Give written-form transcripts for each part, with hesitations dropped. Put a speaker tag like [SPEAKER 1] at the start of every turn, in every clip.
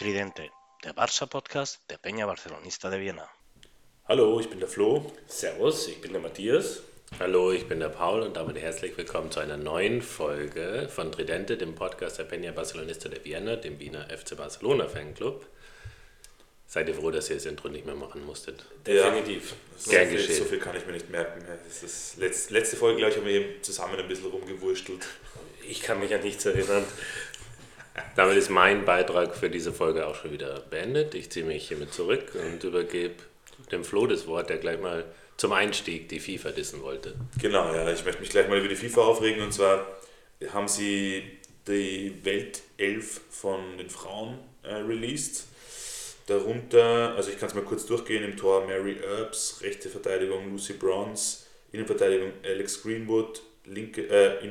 [SPEAKER 1] Tridente, der Barça-Podcast der Peña Barcelonista de Viena.
[SPEAKER 2] Hallo, ich bin der Flo.
[SPEAKER 3] Servus, ich bin der Matthias.
[SPEAKER 4] Hallo, ich bin der Paul und damit herzlich willkommen zu einer neuen Folge von Tridente, dem Podcast der Peña Barcelonista de Viena, dem Wiener FC Barcelona Fanclub. Seid ihr froh, dass ihr das Intro nicht mehr machen musstet?
[SPEAKER 3] Definitiv.
[SPEAKER 2] Ja, so viel kann ich mir nicht merken. Das ist letzte Folge, glaube ich, haben wir eben zusammen ein bisschen rumgewurstelt.
[SPEAKER 3] Ich kann mich an nichts erinnern.
[SPEAKER 4] Damit ist mein Beitrag für diese Folge auch schon wieder beendet. Ich ziehe mich hiermit zurück und übergebe dem Flo das Wort, der gleich mal zum Einstieg die FIFA dissen wollte.
[SPEAKER 2] Genau, ja, ich möchte mich gleich mal über die FIFA aufregen. Und zwar haben sie die Weltelf von den Frauen released. Darunter, also ich kann es mal kurz durchgehen, im Tor Mary Earps, rechte Verteidigung Lucy Bronze, Innenverteidigung Alex Greenwood, linke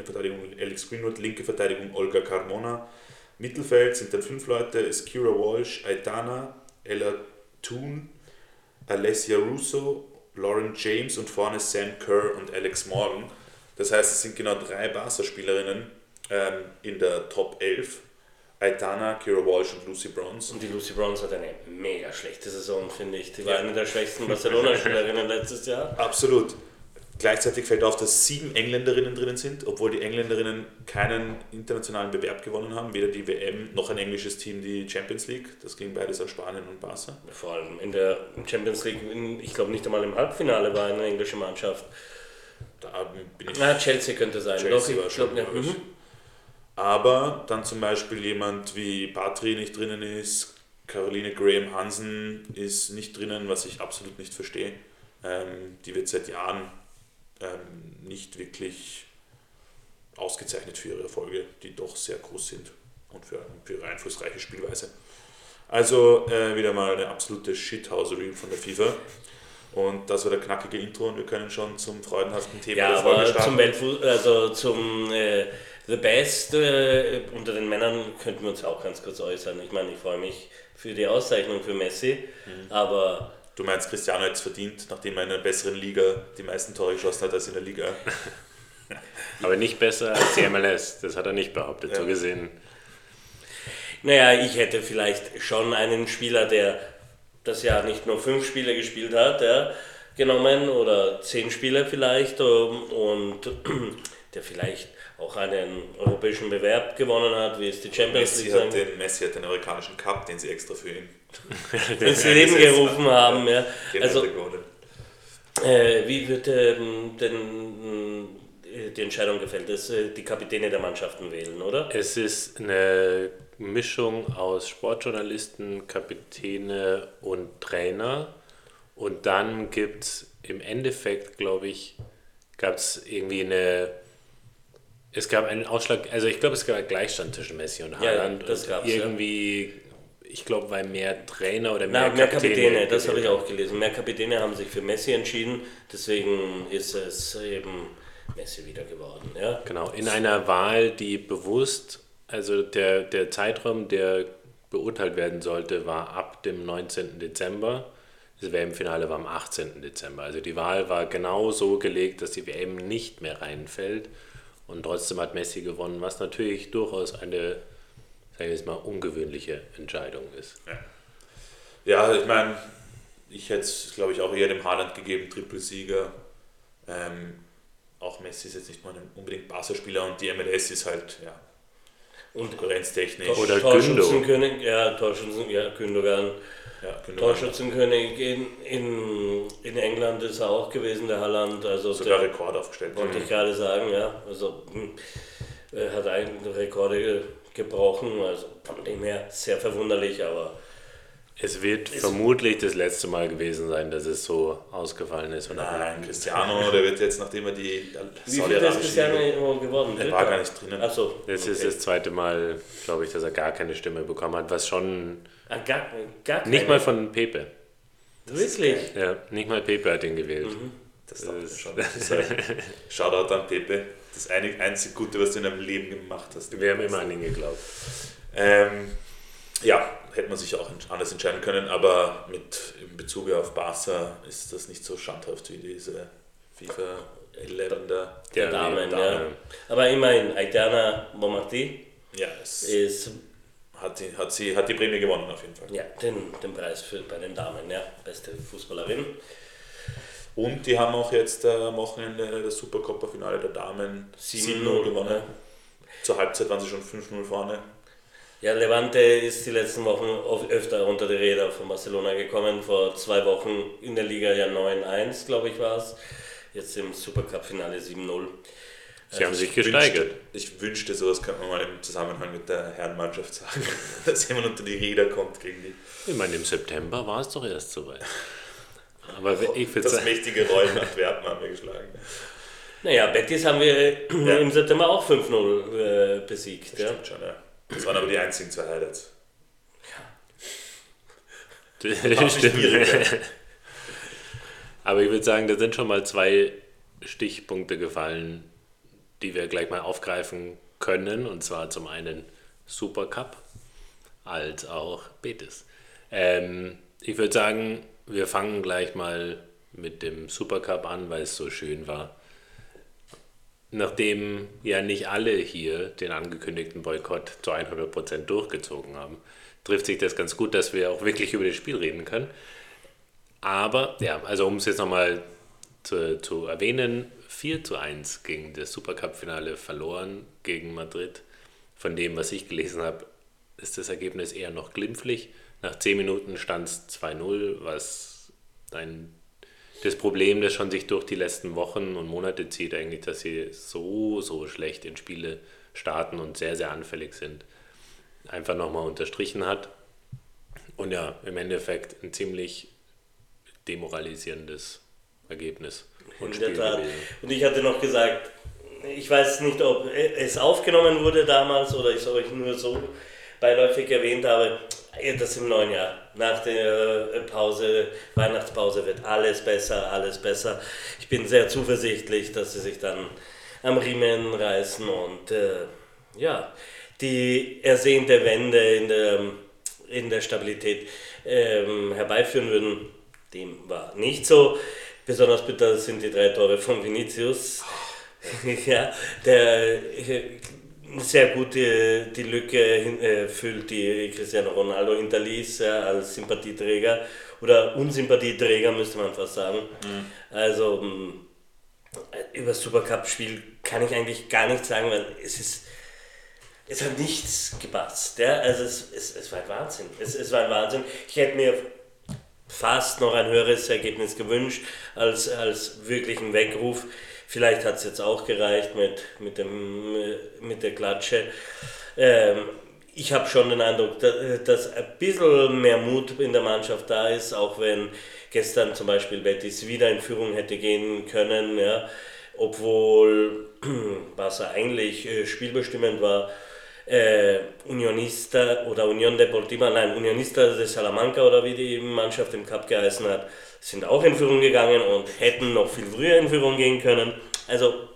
[SPEAKER 2] Verteidigung Olga Carmona. Mittelfeld sind dann 5 Leute, ist Kira Walsh, Aitana, Ella Toon, Alessia Russo, Lauren James und vorne Sam Kerr und Alex Morgan. Das heißt, es sind genau 3 Barca-Spielerinnen in der Top 11. Aitana, Kira Walsh und Lucy Bronze.
[SPEAKER 3] Und die Lucy Bronze hat eine mega schlechte Saison, finde ich. Die war eine der schwächsten Barcelona-Spielerinnen letztes Jahr.
[SPEAKER 2] Absolut. Gleichzeitig fällt auf, dass 7 Engländerinnen drinnen sind, obwohl die Engländerinnen keinen internationalen Bewerb gewonnen haben, weder die WM noch ein englisches Team die Champions League. Das ging beides an Spanien und Barca.
[SPEAKER 3] Vor allem in der Champions League, ich glaube nicht einmal im Halbfinale war eine englische Mannschaft.
[SPEAKER 2] Da bin ich.
[SPEAKER 3] Chelsea könnte sein.
[SPEAKER 2] Chelsea
[SPEAKER 3] Doch,
[SPEAKER 2] war schon,
[SPEAKER 3] ja.
[SPEAKER 2] Aber dann zum Beispiel jemand wie Patri nicht drinnen ist, Caroline Graham Hansen ist nicht drinnen, was ich absolut nicht verstehe. Die wird seit Jahren nicht wirklich ausgezeichnet für ihre Erfolge, die doch sehr groß sind und für ihre einflussreiche Spielweise. Also wieder mal eine absolute Shithousery von der FIFA. Und das war der knackige Intro und wir können schon zum freudenhaften Thema
[SPEAKER 3] der
[SPEAKER 2] Folge
[SPEAKER 3] starten. Zum The Best unter den Männern könnten wir uns auch ganz kurz äußern. Ich meine, ich freue mich für die Auszeichnung für Messi, aber...
[SPEAKER 2] Du meinst, Cristiano hat es verdient, nachdem er in einer besseren Liga die meisten Tore geschossen hat als in der Liga.
[SPEAKER 4] Aber nicht besser als die MLS, das hat er nicht behauptet, so gesehen.
[SPEAKER 3] Naja, ich hätte vielleicht schon einen Spieler, der das Jahr nicht nur 5 Spiele gespielt hat, genommen oder 10 Spiele vielleicht und der vielleicht auch einen europäischen Bewerb gewonnen hat, wie es die Champions League
[SPEAKER 2] Messi hat den amerikanischen Cup, den sie extra für ihn
[SPEAKER 3] ins Leben gerufen haben. Ja. Also, wie wird denn die Entscheidung gefällt, dass die Kapitäne der Mannschaften wählen, oder?
[SPEAKER 4] Es ist eine Mischung aus Sportjournalisten, Kapitäne und Trainer. Und dann gibt es im Endeffekt, glaube ich, gab es irgendwie es gab einen Ausschlag, also ich glaube, es gab einen Gleichstand zwischen Messi und Haaland.
[SPEAKER 3] Ja, das gab es.
[SPEAKER 4] Irgendwie, ich glaube, weil mehr Trainer oder
[SPEAKER 3] mehr Kapitäne, das habe ich auch gelesen. Mehr Kapitäne haben sich für Messi entschieden, deswegen ist es eben Messi wieder geworden. Ja?
[SPEAKER 4] Genau, in einer Wahl, die bewusst, also der Zeitraum, der beurteilt werden sollte, war ab dem 19. Dezember. Das WM-Finale war am 18. Dezember. Also die Wahl war genau so gelegt, dass die WM nicht mehr reinfällt. Und trotzdem hat Messi gewonnen, was natürlich durchaus eine, sagen wir jetzt mal, ungewöhnliche Entscheidung ist.
[SPEAKER 2] Ja, ich meine, ich hätte es, glaube ich, auch eher dem Haaland gegeben, Trippelsieger. Auch Messi ist jetzt nicht mal unbedingt Barca-Spieler und die MLS ist halt,
[SPEAKER 3] und
[SPEAKER 2] konkurrenztechnisch.
[SPEAKER 4] Oder
[SPEAKER 3] Torschützenkönig, Gündogan.
[SPEAKER 2] Ja,
[SPEAKER 3] Torschützenkönig in England ist er auch gewesen, der Haaland. Also
[SPEAKER 2] sogar Rekord aufgestellt.
[SPEAKER 3] Wollte ich gerade sagen, ja. Also er hat eigentlich Rekorde gebrochen, also von dem her sehr verwunderlich, aber...
[SPEAKER 4] Es wird vermutlich das letzte Mal gewesen sein, dass es so ausgefallen ist. Oder
[SPEAKER 2] nein, Cristiano, der wird jetzt, nachdem er die
[SPEAKER 3] Wie viel ist Cristiano geworden?
[SPEAKER 2] Er war gar nicht drinnen.
[SPEAKER 3] Ach so,
[SPEAKER 4] das ist das zweite Mal, glaube ich, dass er gar keine Stimme bekommen hat, was schon...
[SPEAKER 3] Gar keine.
[SPEAKER 4] Nicht mal von Pepe.
[SPEAKER 3] Wirklich?
[SPEAKER 4] Ja, nicht mal Pepe hat ihn gewählt.
[SPEAKER 2] Das ist schon. Shoutout an Pepe. Das einzige Gute, was du in deinem Leben gemacht hast.
[SPEAKER 4] Wir haben immer an ihn geglaubt.
[SPEAKER 2] Ja, hätte man sich auch anders entscheiden können, aber in Bezug auf Barca ist das nicht so schandhaft wie diese FIFA 11
[SPEAKER 3] der Damen. Ja. Aber immerhin, Aitana Bonmatí
[SPEAKER 2] ja,
[SPEAKER 3] ist
[SPEAKER 2] hat hat die Prämie gewonnen auf jeden Fall.
[SPEAKER 3] Ja, den Preis bei den Damen, ja, beste Fußballerin.
[SPEAKER 2] Und die haben auch jetzt am Wochenende das Supercopa-Finale der Damen 7-0 gewonnen. Ja. Zur Halbzeit waren sie schon 5-0 vorne.
[SPEAKER 3] Ja, Levante ist die letzten Wochen öfter unter die Räder von Barcelona gekommen. Vor 2 Wochen in der Liga ja 9-1, glaube ich, war es. Jetzt im Supercup-Finale 7-0.
[SPEAKER 4] Sie haben sich gesteigert.
[SPEAKER 2] Ich wünschte, sowas könnte man mal im Zusammenhang mit der Herrenmannschaft sagen, dass jemand unter die Räder kommt gegen die.
[SPEAKER 4] Ich meine, im September war es doch erst soweit. Aber ich würde
[SPEAKER 2] das
[SPEAKER 4] sagen,
[SPEAKER 2] mächtige Rollen Antwerpen haben wir geschlagen.
[SPEAKER 3] Naja, Betis haben wir im September auch 5-0 besiegt.
[SPEAKER 2] Das stimmt schon, ja. Das waren aber die einzigen 2 Highlights.
[SPEAKER 4] das stimmt. Aber ich würde sagen, da sind schon mal 2 Stichpunkte gefallen, die wir gleich mal aufgreifen können. Und zwar zum einen Supercup als auch Betis. Ich würde sagen, wir fangen gleich mal mit dem Supercup an, weil es so schön war. Nachdem ja nicht alle hier den angekündigten Boykott zu 100% durchgezogen haben, trifft sich das ganz gut, dass wir auch wirklich über das Spiel reden können. Aber, ja, also um es jetzt nochmal zu erwähnen, 4-1 gegen das Supercup-Finale verloren gegen Madrid. Von dem, was ich gelesen habe, ist das Ergebnis eher noch glimpflich. Nach 10 Minuten stand es 2-0, was das Problem, das schon sich durch die letzten Wochen und Monate zieht, eigentlich, dass sie so schlecht in Spiele starten und sehr, sehr anfällig sind, einfach nochmal unterstrichen hat. Und ja, im Endeffekt ein ziemlich demoralisierendes Ergebnis.
[SPEAKER 3] In der Tat. Und ich hatte noch gesagt, ich weiß nicht, ob es aufgenommen wurde damals oder ich es euch nur so beiläufig erwähnt habe, das im neuen Jahr. Nach der Weihnachtspause wird alles besser. Ich bin sehr zuversichtlich, dass sie sich dann am Riemen reißen und die ersehnte Wende in der Stabilität herbeiführen würden. Dem war nicht so. Besonders bitter sind die 3 Tore von Vinicius, ja, der sehr gut die Lücke füllt, die Cristiano Ronaldo hinterließ, ja, als Sympathieträger oder Unsympathieträger, müsste man fast sagen. Also über das Supercup-Spiel kann ich eigentlich gar nichts sagen, weil es hat nichts gepasst. Ja? Also es war ein Wahnsinn. Es war ein Wahnsinn. Ich hätte mir fast noch ein höheres Ergebnis gewünscht als wirklichen Weckruf. Vielleicht hat es jetzt auch gereicht mit der Klatsche. Ich habe schon den Eindruck, dass ein bisschen mehr Mut in der Mannschaft da ist, auch wenn gestern zum Beispiel Betis wieder in Führung hätte gehen können, ja, obwohl Barca eigentlich spielbestimmend war. Unionista de Salamanca oder wie die Mannschaft im Cup geheißen hat, sind auch in Führung gegangen und hätten noch viel früher in Führung gehen können. Also,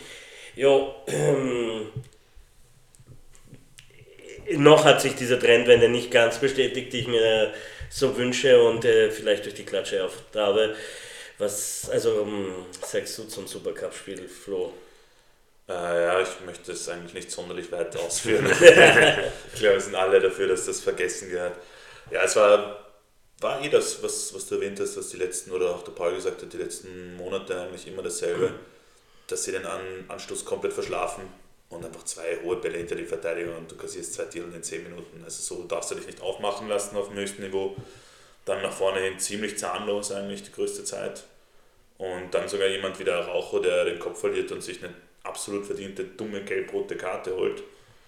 [SPEAKER 3] noch hat sich diese Trendwende nicht ganz bestätigt, die ich mir so wünsche und vielleicht durch die Klatsche erhofft habe. Was sagst du zum Supercup-Spiel, Flo?
[SPEAKER 2] Ich möchte es eigentlich nicht sonderlich weit ausführen. Ich glaube, wir sind alle dafür, dass das vergessen gehört. Ja, es war das, was du erwähnt hast, was die letzten, oder auch der Paul gesagt hat, die letzten Monate eigentlich immer dasselbe, dass sie den Anstoß komplett verschlafen und einfach 2 hohe Bälle hinter die Verteidigung und du kassierst 2 Titel in 10 Minuten. Also so darfst du dich nicht aufmachen lassen auf dem höchsten Niveau. Dann nach vorne hin ziemlich zahnlos eigentlich die größte Zeit. Und dann sogar jemand wie der Araujo, der den Kopf verliert und sich eine absolut verdiente, dumme, gelb-rote Karte holt,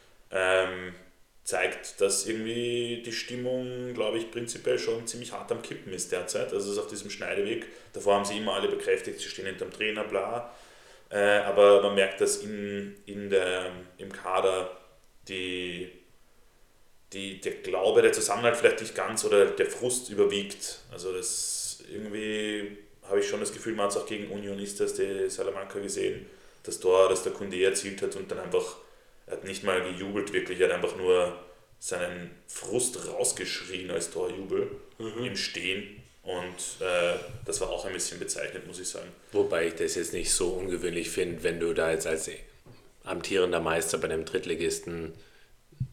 [SPEAKER 2] zeigt, dass irgendwie die Stimmung, glaube ich, prinzipiell schon ziemlich hart am Kippen ist derzeit. Also es ist auf diesem Schneideweg. Davor haben sie immer alle bekräftigt, sie stehen hinterm Trainer, bla. Aber man merkt, dass im Kader der Glaube, der Zusammenhalt vielleicht nicht ganz oder der Frust überwiegt. Also das irgendwie habe ich schon das Gefühl, man hat es auch gegen Unionistas de Salamanca gesehen, das Tor, das der Koundé erzielt hat und dann einfach, er hat nicht mal gejubelt wirklich, er hat einfach nur seinen Frust rausgeschrien als Torjubel im Stehen und das war auch ein bisschen bezeichnend, muss ich sagen.
[SPEAKER 4] Wobei ich das jetzt nicht so ungewöhnlich finde, wenn du da jetzt als amtierender Meister bei einem Drittligisten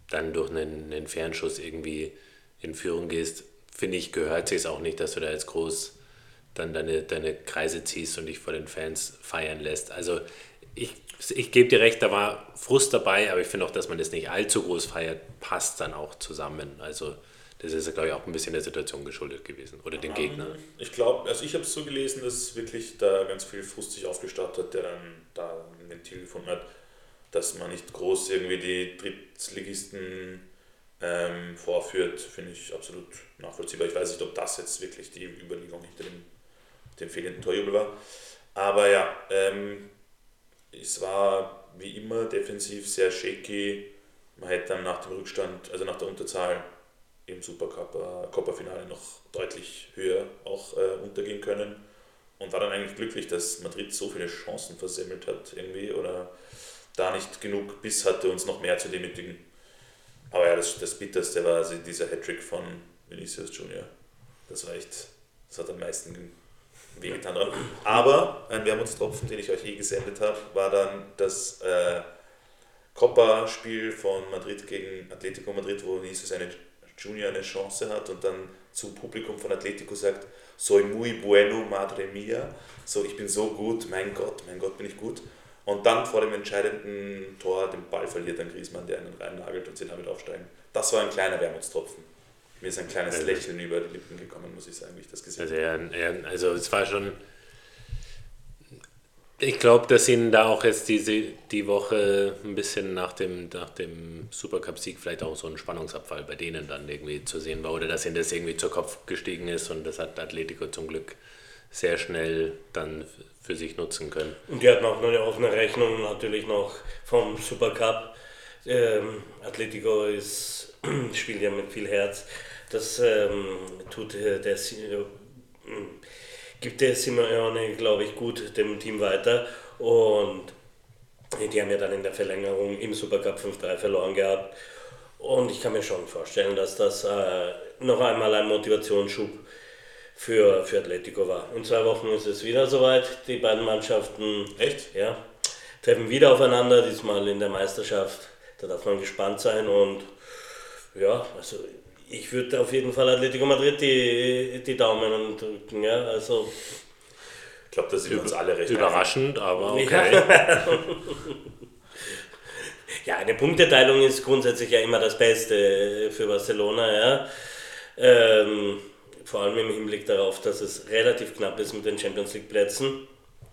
[SPEAKER 4] dann durch einen Fernschuss irgendwie in Führung gehst, finde ich, gehört sich es auch nicht, dass du da jetzt groß dann deine Kreise ziehst und dich vor den Fans feiern lässt. Also ich gebe dir recht, da war Frust dabei, aber ich finde auch, dass man das nicht allzu groß feiert, passt dann auch zusammen. Also das ist, glaube ich, auch ein bisschen der Situation geschuldet gewesen oder dem Gegner.
[SPEAKER 2] Ich glaube, also ich habe es so gelesen, dass wirklich da ganz viel Frust sich aufgestaut hat, der dann da ein Ventil gefunden hat, dass man nicht groß irgendwie die Drittligisten vorführt, finde ich absolut nachvollziehbar. Ich weiß nicht, ob das jetzt wirklich die Überlegung hinter dem fehlenden Torjubel war. Aber ja, es war wie immer defensiv sehr shaky. Man hätte dann nach dem Rückstand, also nach der Unterzahl im Supercopa-Finale noch deutlich höher auch untergehen können und war dann eigentlich glücklich, dass Madrid so viele Chancen versemmelt hat irgendwie oder da nicht genug Biss hatte, uns noch mehr zu demütigen. Aber ja, das Bitterste war also dieser Hattrick von Vinicius Junior. Das war echt, das hat am meisten wehgetan dran. Aber ein Wermutstropfen, den ich euch gesendet habe, war dann das Copa-Spiel von Madrid gegen Atletico Madrid, wo Vinicius Junior eine Chance hat und dann zum Publikum von Atletico sagt, soy muy bueno, madre mia, so ich bin so gut, mein Gott bin ich gut. Und dann vor dem entscheidenden Tor den Ball verliert dann Griezmann, der einen reinnagelt und sie damit aufsteigen. Das war ein kleiner Wermutstropfen. Mir ist ein kleines Lächeln über die Lippen gekommen, muss ich sagen, wie ich das gesehen habe.
[SPEAKER 4] Also es war schon... Ich glaube, dass ihnen da auch jetzt die Woche ein bisschen nach dem Supercup-Sieg vielleicht auch so ein Spannungsabfall bei denen dann irgendwie zu sehen war oder dass ihnen das irgendwie zu Kopf gestiegen ist und das hat Atletico zum Glück sehr schnell dann für sich nutzen können.
[SPEAKER 3] Und die hatten auch noch eine offene Rechnung natürlich noch vom Supercup. Atletico spielt ja mit viel Herz. Das gibt der Simeone, glaube ich, gut dem Team weiter und die haben ja dann in der Verlängerung im Supercup 5-3 verloren gehabt und ich kann mir schon vorstellen, dass das noch einmal ein Motivationsschub für Atletico war. In 2 Wochen ist es wieder soweit, die beiden Mannschaften treffen wieder aufeinander, diesmal in der Meisterschaft, da darf man gespannt sein und ja, also ich würde auf jeden Fall Atletico Madrid die Daumen drücken, ja, also...
[SPEAKER 2] Ich glaube, da sind wir uns alle recht
[SPEAKER 4] überraschend, aber okay.
[SPEAKER 3] Ja, eine Punkteteilung ist grundsätzlich ja immer das Beste für Barcelona, ja. Vor allem im Hinblick darauf, dass es relativ knapp ist mit den Champions League Plätzen,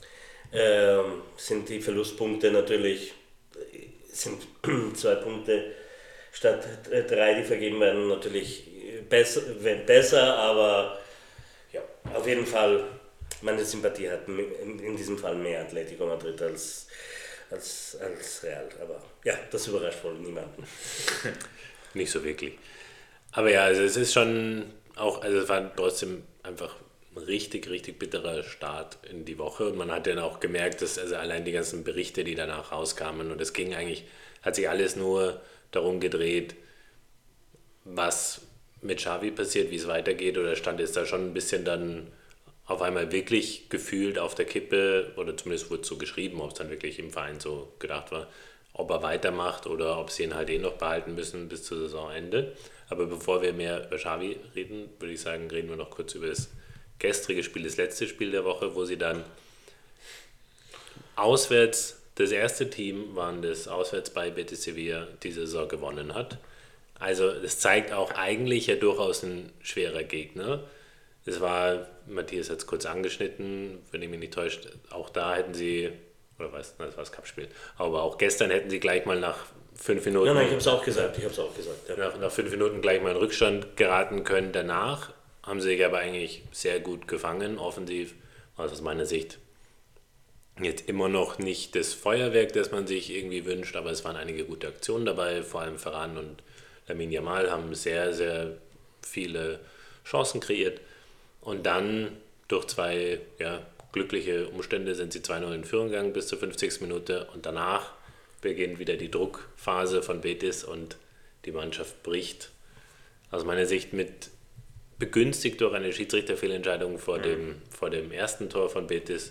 [SPEAKER 3] sind die Verlustpunkte natürlich, sind 2 Punkte statt 3, die vergeben werden, natürlich besser, aber ja, auf jeden Fall, meine Sympathie hat in diesem Fall mehr Atletico Madrid als Real. Aber ja, das überrascht wohl niemanden.
[SPEAKER 4] Nicht so wirklich. Aber ja, also es ist schon auch, also es war trotzdem einfach ein richtig, richtig bitterer Start in die Woche und man hat dann auch gemerkt, dass also allein die ganzen Berichte, die danach rauskamen und es ging eigentlich, hat sich alles nur darum gedreht, was mit Xavi passiert, wie es weitergeht oder stand es da schon ein bisschen dann auf einmal wirklich gefühlt auf der Kippe oder zumindest wurde es so geschrieben, ob es dann wirklich im Verein so gedacht war, ob er weitermacht oder ob sie ihn halt noch behalten müssen bis zum Saisonende. Aber bevor wir mehr über Xavi reden, würde ich sagen, reden wir noch kurz über das gestrige Spiel, das letzte Spiel der Woche, wo sie dann auswärts, das erste Team waren das auswärts bei Betis Sevilla die Saison gewonnen hat. Also das zeigt auch eigentlich ja durchaus ein schwerer Gegner. Es war, Matthias hat es kurz angeschnitten, wenn ich mich nicht täusche, auch da hätten sie, oder was, das war das Cup-Spiel, aber auch gestern hätten sie gleich mal nach 5 Minuten...
[SPEAKER 3] Nein, ich habe es auch gesagt. Ja.
[SPEAKER 4] Nach 5 Minuten gleich mal in Rückstand geraten können. Danach haben sie sich aber eigentlich sehr gut gefangen, offensiv, also aus meiner Sicht jetzt immer noch nicht das Feuerwerk, das man sich irgendwie wünscht, aber es waren einige gute Aktionen dabei, vor allem Ferran und Lamine Yamal haben sehr, sehr viele Chancen kreiert und dann durch 2 glückliche Umstände sind sie 2-0 in Führung gegangen bis zur 50. Minute und danach beginnt wieder die Druckphase von Betis und die Mannschaft bricht aus meiner Sicht mit begünstigt durch eine Schiedsrichterfehlentscheidung vor dem ersten Tor von Betis,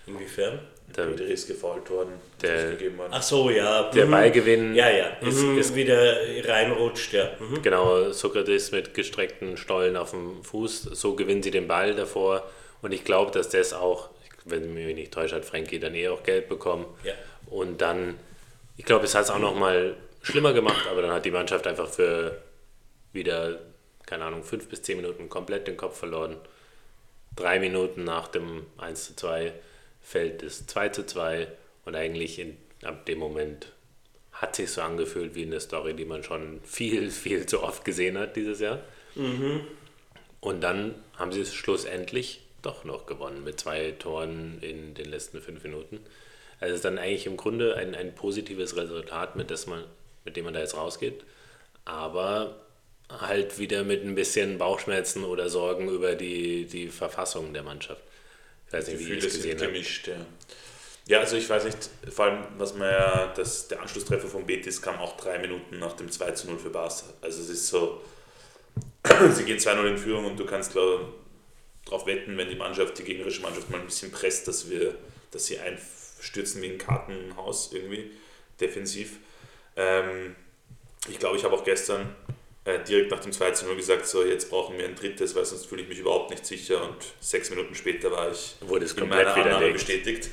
[SPEAKER 3] Inwiefern?
[SPEAKER 2] Pedri ist gefault worden, gegeben worden.
[SPEAKER 3] Ach so, ja.
[SPEAKER 4] Der Ballgewinn
[SPEAKER 3] Ja, ja.
[SPEAKER 4] ist
[SPEAKER 3] wieder reinrutscht, ja.
[SPEAKER 4] genau, Sokrates mit gestreckten Stollen auf dem Fuß, so gewinnen sie den Ball davor und ich glaube, dass das auch, wenn mich nicht täuscht, hat Frenkie dann auch Geld bekommen und dann, ich glaube, es hat es auch nochmal schlimmer gemacht, aber dann hat die Mannschaft einfach für wieder, keine Ahnung, 5 bis 10 Minuten komplett den Kopf verloren. 3 Minuten nach dem 1:2 fällt es 2:2 und eigentlich ab dem Moment hat sich so angefühlt wie eine Story, die man schon viel, viel zu oft gesehen hat dieses Jahr. Und dann haben sie es schlussendlich doch noch gewonnen mit 2 Toren in den letzten 5 Minuten. Also es ist dann eigentlich im Grunde ein positives Resultat, mit dem man da jetzt rausgeht, aber halt wieder mit ein bisschen Bauchschmerzen oder Sorgen über die Verfassung der Mannschaft. Ich weiß nicht, wie ihr es gesehen habt.
[SPEAKER 2] Gemischt, ja. Ja, also ich weiß nicht, vor allem, was man ja, der Anschlusstreffer von Betis kam auch 3 Minuten nach dem 2:0 für Barca. Also es ist so, sie gehen 2:0 in Führung und du kannst darauf wetten, wenn die gegnerische Mannschaft mal ein bisschen presst, dass sie einstürzen wie ein Kartenhaus irgendwie, defensiv. Ich glaube, ich habe auch gestern direkt nach dem 2:0 gesagt, so jetzt brauchen wir ein drittes, weil sonst fühle ich mich überhaupt nicht sicher und 6 Minuten später wurde es in meiner Annahme bestätigt.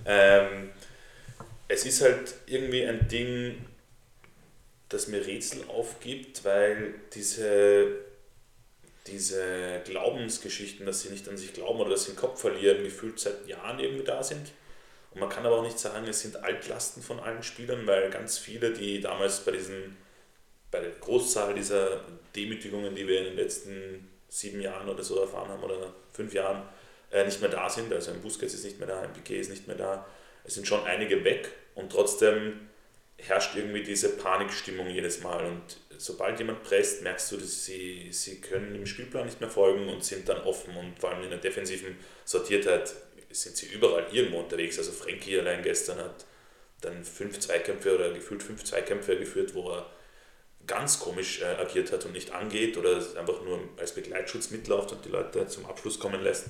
[SPEAKER 2] Es ist halt irgendwie ein Ding, das mir Rätsel aufgibt, weil diese Glaubensgeschichten, dass sie nicht an sich glauben oder dass sie den Kopf verlieren, gefühlt seit Jahren irgendwie da sind. Und man kann aber auch nicht sagen, es sind Altlasten von allen Spielern, weil ganz viele, die damals bei der Großzahl dieser Demütigungen, die wir in den letzten 7 Jahren oder so erfahren haben oder 5 Jahren, nicht mehr da sind. Also ein Busquets ist nicht mehr da, ein Piqué ist nicht mehr da. Es sind schon einige weg und trotzdem herrscht irgendwie diese Panikstimmung jedes Mal. Und sobald jemand presst, merkst du, dass sie können dem Spielplan nicht mehr folgen und sind dann offen. Und vor allem in der defensiven Sortiertheit sind sie überall irgendwo unterwegs. Also Frenkie allein gestern hat dann 5 Zweikämpfe oder gefühlt 5 Zweikämpfe geführt, wo er ganz komisch agiert hat und nicht angeht oder einfach nur als Begleitschutz mitläuft und die Leute zum Abschluss kommen lässt.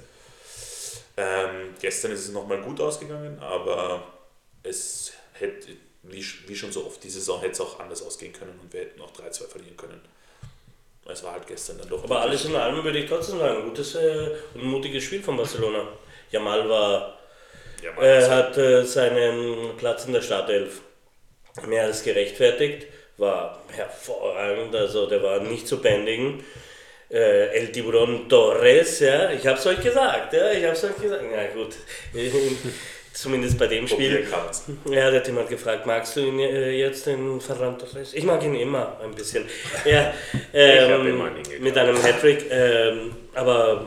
[SPEAKER 2] Gestern ist es nochmal gut ausgegangen, aber es hätte, wie schon so oft die Saison, hätte es auch anders ausgehen können und wir hätten auch 3-2 verlieren können. Es war halt gestern dann doch...
[SPEAKER 3] Aber alles in allem würde ich trotzdem sagen, gutes und mutiges Spiel von Barcelona. Yamal hat seinen Platz in der Startelf mehr als gerechtfertigt. War hervorragend, also der war nicht zu bändigen. El Tiburón Torres, ja, ich hab's euch gesagt, ja gut, zumindest bei dem Spiel. Ja, der Tim hat gefragt, magst du ihn jetzt, den Ferran Torres? Ich mag ihn immer ein bisschen. Ja, mit einem Hattrick, aber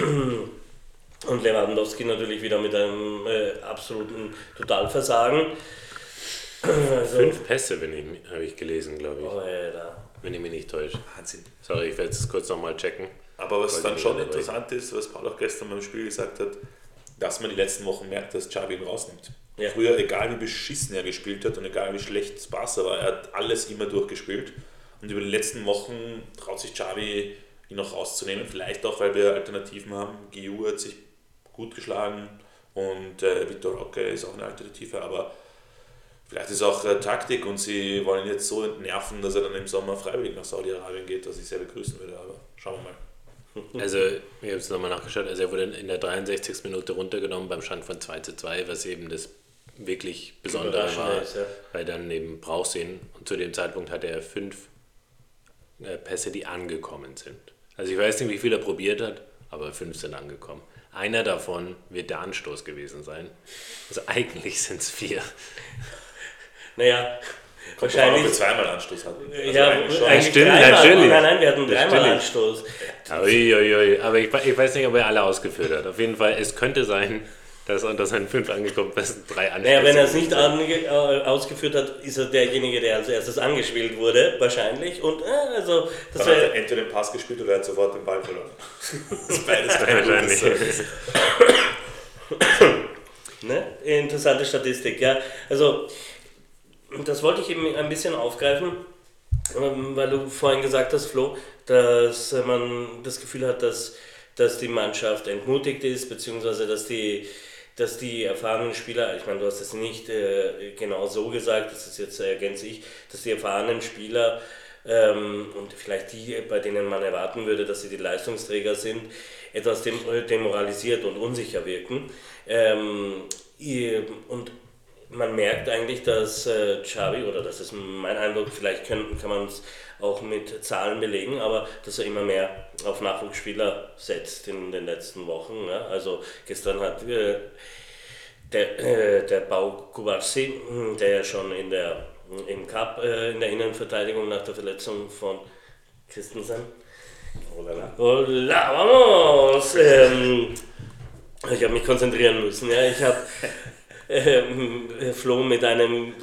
[SPEAKER 3] und Lewandowski natürlich wieder mit einem absoluten Totalversagen.
[SPEAKER 4] Also, 5 Pässe habe ich gelesen, glaube ich.
[SPEAKER 3] Oh, Alter.
[SPEAKER 4] Wenn ich mich nicht täusche.
[SPEAKER 2] Wahnsinn.
[SPEAKER 4] Sorry, ich werde es kurz nochmal checken.
[SPEAKER 2] Aber was dann schon interessant ist, was Paul auch gestern beim Spiel gesagt hat, dass man die letzten Wochen merkt, dass Xavi ihn rausnimmt. Ja. Früher, egal wie beschissen er gespielt hat und egal wie schlecht Barca war, er hat alles immer durchgespielt. Und über die letzten Wochen traut sich Xavi, ihn noch rauszunehmen. Vielleicht auch, weil wir Alternativen haben. Guiu hat sich gut geschlagen und Vitor Roque ist auch eine Alternative, aber vielleicht ist es auch Taktik und sie wollen jetzt so nerven, dass er dann im Sommer freiwillig nach Saudi-Arabien geht, was ich sehr begrüßen würde, aber schauen wir mal.
[SPEAKER 4] Also, ich habe es nochmal nachgeschaut, also er wurde in der 63. Minute runtergenommen beim Stand von 2:2, was eben das wirklich Besondere war, weil dann eben brauchst du ihn und zu dem Zeitpunkt hatte er 5 Pässe, die angekommen sind. Also ich weiß nicht, wie viel er probiert hat, aber 5 sind angekommen. Einer davon wird der Anstoß gewesen sein. Also eigentlich sind es 4.
[SPEAKER 3] Naja,
[SPEAKER 2] Kommt wahrscheinlich. Dass wir 2-mal Anstoß hatten. Also
[SPEAKER 3] ja, eigentlich
[SPEAKER 4] stimmt,
[SPEAKER 3] natürlich. Nein, wir hatten 3-mal Anstoß.
[SPEAKER 4] Aber ich weiß nicht, ob er alle ausgeführt hat. Auf jeden Fall, es könnte sein, dass unter seinen 5 angekommen sind 3 Anstöße.
[SPEAKER 3] Naja, wenn er es nicht ausgeführt hat, ist er derjenige, der als erstes angespielt wurde, wahrscheinlich. Und also, das
[SPEAKER 2] dann hat er entweder den Pass gespielt oder er hat sofort den Ball verloren. Das ist beides
[SPEAKER 4] wahrscheinlich.
[SPEAKER 3] Ne? Interessante Statistik, ja. Also, das wollte ich eben ein bisschen aufgreifen, weil du vorhin gesagt hast, Flo, dass man das Gefühl hat, dass die Mannschaft entmutigt ist, beziehungsweise dass die dass die erfahrenen Spieler, ich meine, du hast es nicht genau so gesagt, das ist jetzt ergänze ich, dass die erfahrenen Spieler und vielleicht die, bei denen man erwarten würde, dass sie die Leistungsträger sind, etwas demoralisiert und unsicher wirken. Und man merkt eigentlich, dass Xavi, oder das ist mein Eindruck, vielleicht kann man es auch mit Zahlen belegen, aber dass er immer mehr auf Nachwuchsspieler setzt in den letzten Wochen. Ja? Also gestern hat der Pau Cubarsí, der ja schon im Cup in der Innenverteidigung nach der Verletzung von Christensen. Hola, vamos! Ich habe mich konzentrieren müssen. Ja? Ich habe Flo mit einem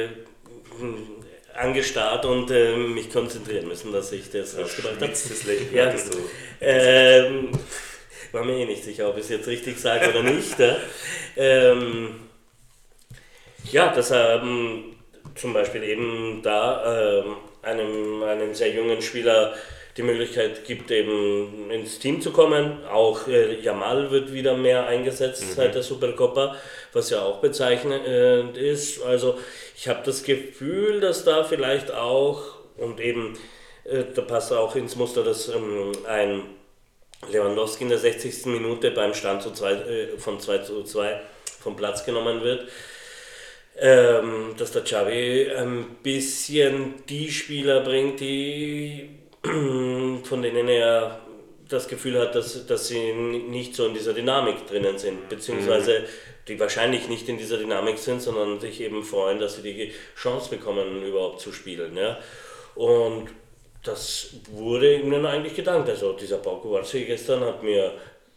[SPEAKER 3] angestarrt und mich konzentrieren müssen, dass ich das rausgebracht habe. Ja, war mir nicht sicher, ob ich es jetzt richtig sage oder nicht. Ja, dass er zum Beispiel eben da einem sehr jungen Spieler die Möglichkeit gibt, eben ins Team zu kommen. Auch Yamal wird wieder mehr eingesetzt seit der Supercopa, was ja auch bezeichnend ist. Also ich habe das Gefühl, dass da vielleicht auch, und eben da passt auch ins Muster, dass ein Lewandowski in der 60. Minute beim Stand von 2:2 vom Platz genommen wird. Dass der Xavi ein bisschen die Spieler bringt, von denen er das Gefühl hat, dass sie nicht so in dieser Dynamik drinnen sind, beziehungsweise die wahrscheinlich nicht in dieser Dynamik sind, sondern sich eben freuen, dass sie die Chance bekommen, überhaupt zu spielen. Ja? Und das wurde ihnen eigentlich gedankt. Also dieser Pau Cubarsí gestern hat mir